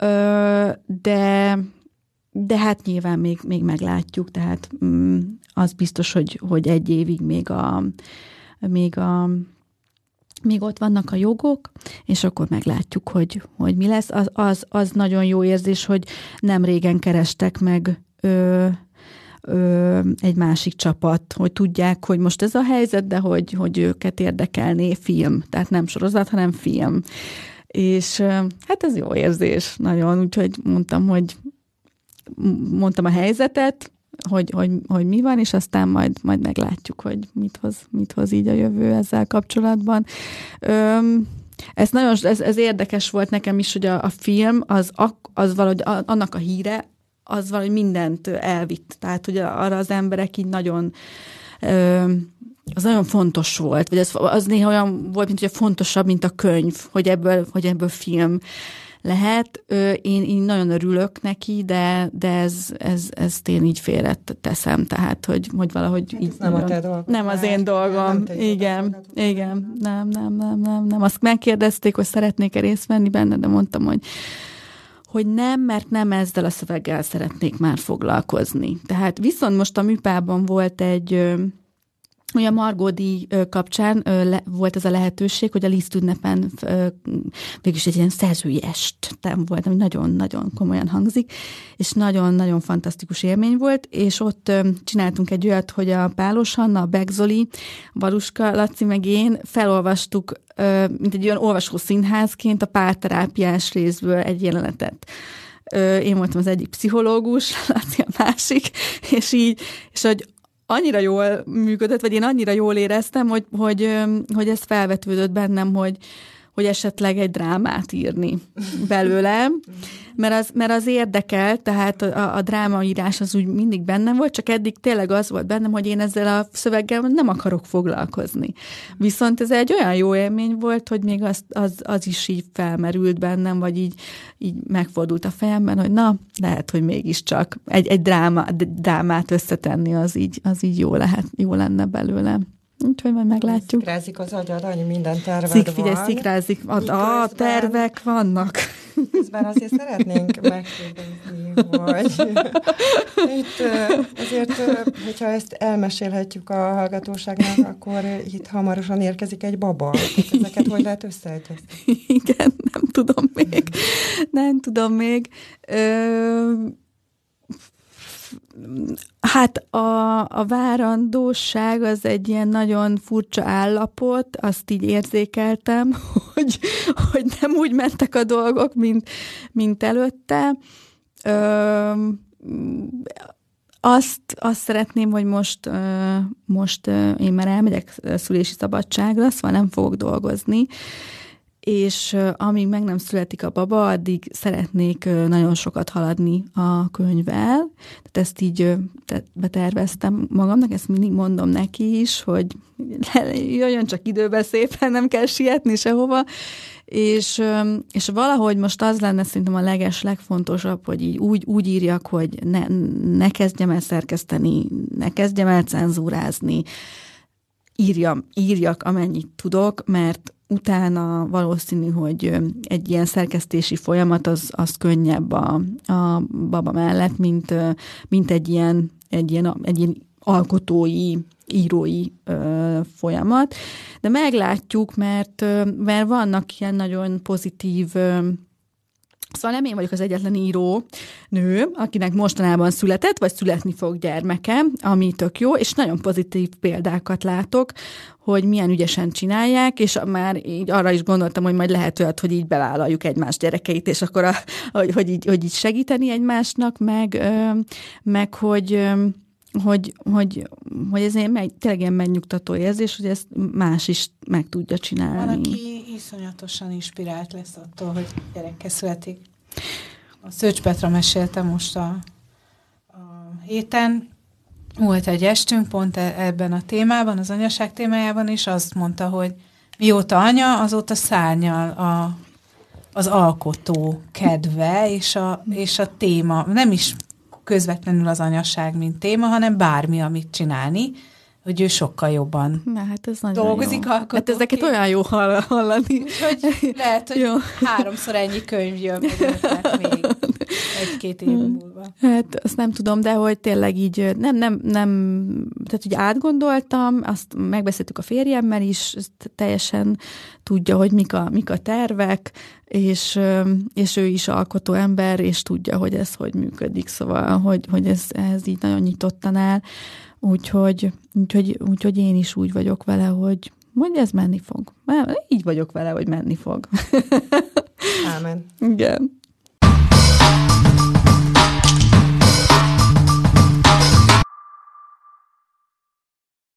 de, de hát nyilván még, még meglátjuk, tehát az biztos, hogy, hogy egy évig még, a, még, a, még ott vannak a jogok, és akkor meglátjuk, hogy, hogy mi lesz. Az, az, az nagyon jó érzés, hogy nem régen kerestek meg ö, Ö, egy másik csapat, hogy tudják, hogy most ez a helyzet, de hogy, hogy őket érdekelné film. Tehát nem sorozat, hanem film. És hát ez jó érzés nagyon, úgyhogy mondtam, hogy mondtam a helyzetet, hogy, hogy, hogy mi van, és aztán majd, majd meglátjuk, hogy mit hoz, mit hoz így a jövő ezzel kapcsolatban. Ö, ez nagyon, ez, ez érdekes volt nekem is, hogy a, a film az, az valahogy annak a híre, az valahogy mindent elvitt. Tehát, hogy arra az emberek így nagyon, az nagyon fontos volt, vagy az, az néha olyan volt, mint hogy fontosabb, mint a könyv, hogy ebből, hogy ebből film lehet. Én, én nagyon örülök neki, de, de ez, ez, ezt én így félre teszem, tehát, hogy, hogy valahogy hát így... Nem nagyon, a te dolgod. Nem az én dolgom. Igen, igen. Nem, nem, nem, nem, nem. Azt megkérdezték, hogy szeretnék-e részt venni benne, de mondtam, hogy hogy nem, mert nem ezzel a szöveggel szeretnék már foglalkozni. Tehát viszont most a műpában volt egy, ö, olyan Margódi kapcsán ö, le, volt ez a lehetőség, hogy a Liszt ünnepen ö, végülis egy ilyen szerzői estem volt, ami nagyon-nagyon komolyan hangzik, és nagyon-nagyon fantasztikus élmény volt, és ott ö, csináltunk egy olyat, hogy a Pálos Hanna, a Beck Zoli, Varuska Laci meg én felolvastuk, ö, mint egy olyan olvasó színházként a párterápiás részből egy jelenetet. Ö, én voltam az egyik pszichológus, Laci a másik, és így, és hogy annyira jól működött, vagy én annyira jól éreztem, hogy, hogy, hogy ez felvetődött bennem, hogy, hogy esetleg egy drámát írni belőle, mert az, mert az érdekel, tehát a, a drámaírás az úgy mindig bennem volt, csak eddig tényleg az volt bennem, hogy én ezzel a szöveggel nem akarok foglalkozni. Viszont ez egy olyan jó élmény volt, hogy még az, az, az is így felmerült bennem, vagy így, így megfordult a fejemben, hogy na, lehet, hogy mégiscsak egy, egy dráma, drámát összetenni, az így, az így jó, lehet, jó lenne belőle. Úgyhogy majd meglátjuk. Szikrázik az agyad, annyi minden terved Szik, van. figyelj, szikrázik. A, a tervek vannak. Közben azért szeretnénk megkérdezni, hogy itt azért, hogyha ezt elmesélhetjük a hallgatóságnak, akkor itt hamarosan érkezik egy baba. Ezeket hogy lehet összeegyeztetni? Igen, nem tudom még. Nem tudom még. Ö... Hát a, a várandóság az egy ilyen nagyon furcsa állapot, azt így érzékeltem, hogy, hogy nem úgy mentek a dolgok, mint, mint előtte. Ö, azt, azt szeretném, hogy most, most én már elmegyek szülési szabadságra, szóval nem fogok dolgozni, és amíg meg nem születik a baba, addig szeretnék nagyon sokat haladni a könyvvel. Tehát ezt így beterveztem magamnak, ezt mindig mondom neki is, hogy jöjjön csak időbe szépen, nem kell sietni sehova. És, és valahogy most az lenne szerintem a leges, legfontosabb, hogy így úgy, úgy írjak, hogy ne, ne kezdjem el szerkeszteni, ne kezdjem el cenzúrázni, írjam, írjak amennyit tudok, mert utána valószínű, hogy egy ilyen szerkesztési folyamat az, az könnyebb a, a baba mellett, mint, mint egy, ilyen, egy, ilyen, egy ilyen alkotói, írói ö, folyamat. De meglátjuk, mert, mert vannak ilyen nagyon pozitív ö, Szóval nem én vagyok az egyetlen író nő, akinek mostanában született, vagy születni fog gyermeke, ami tök jó, és nagyon pozitív példákat látok, hogy milyen ügyesen csinálják, és már így arra is gondoltam, hogy majd lehet olyat, hogy így bevállaljuk egymás gyerekeit, és akkor a, hogy, hogy, így, hogy így segíteni egymásnak, meg, meg hogy... Hogy, hogy, hogy ez egy, tényleg ilyen megnyugtató érzés, hogy ezt más is meg tudja csinálni. Van, aki iszonyatosan inspirált lesz attól, hogy gyerekkel születik. A Szőcs Petra mesélte most a, a héten, volt egy estünk pont ebben a témában, az anyaság témájában, és azt mondta, hogy mióta anya, azóta szárnyal a, az alkotó kedve, és a, és a téma, nem is közvetlenül az anyaság, mint téma, hanem bármi, amit csinálni, hogy ő sokkal jobban Na, hát ez nagyon dolgozik jó. alkotóként. Hát ezeket olyan jó hallani. Úgyhogy lehet, hogy jó. háromszor ennyi könyv jön meg még egy-két év múlva. Hát azt nem tudom, de hogy tényleg így nem, nem, nem, tehát úgy átgondoltam, azt megbeszéltük a férjemmel is, teljesen tudja, hogy mik a, mik a tervek, és, és ő is alkotó ember, és tudja, hogy ez hogy működik, szóval, hogy, hogy ez, ez így nagyon nyitottan áll. Úgyhogy, úgyhogy, úgyhogy én is úgy vagyok vele, hogy, hogy ez menni fog. Így vagyok vele, hogy menni fog. Ámen. Igen.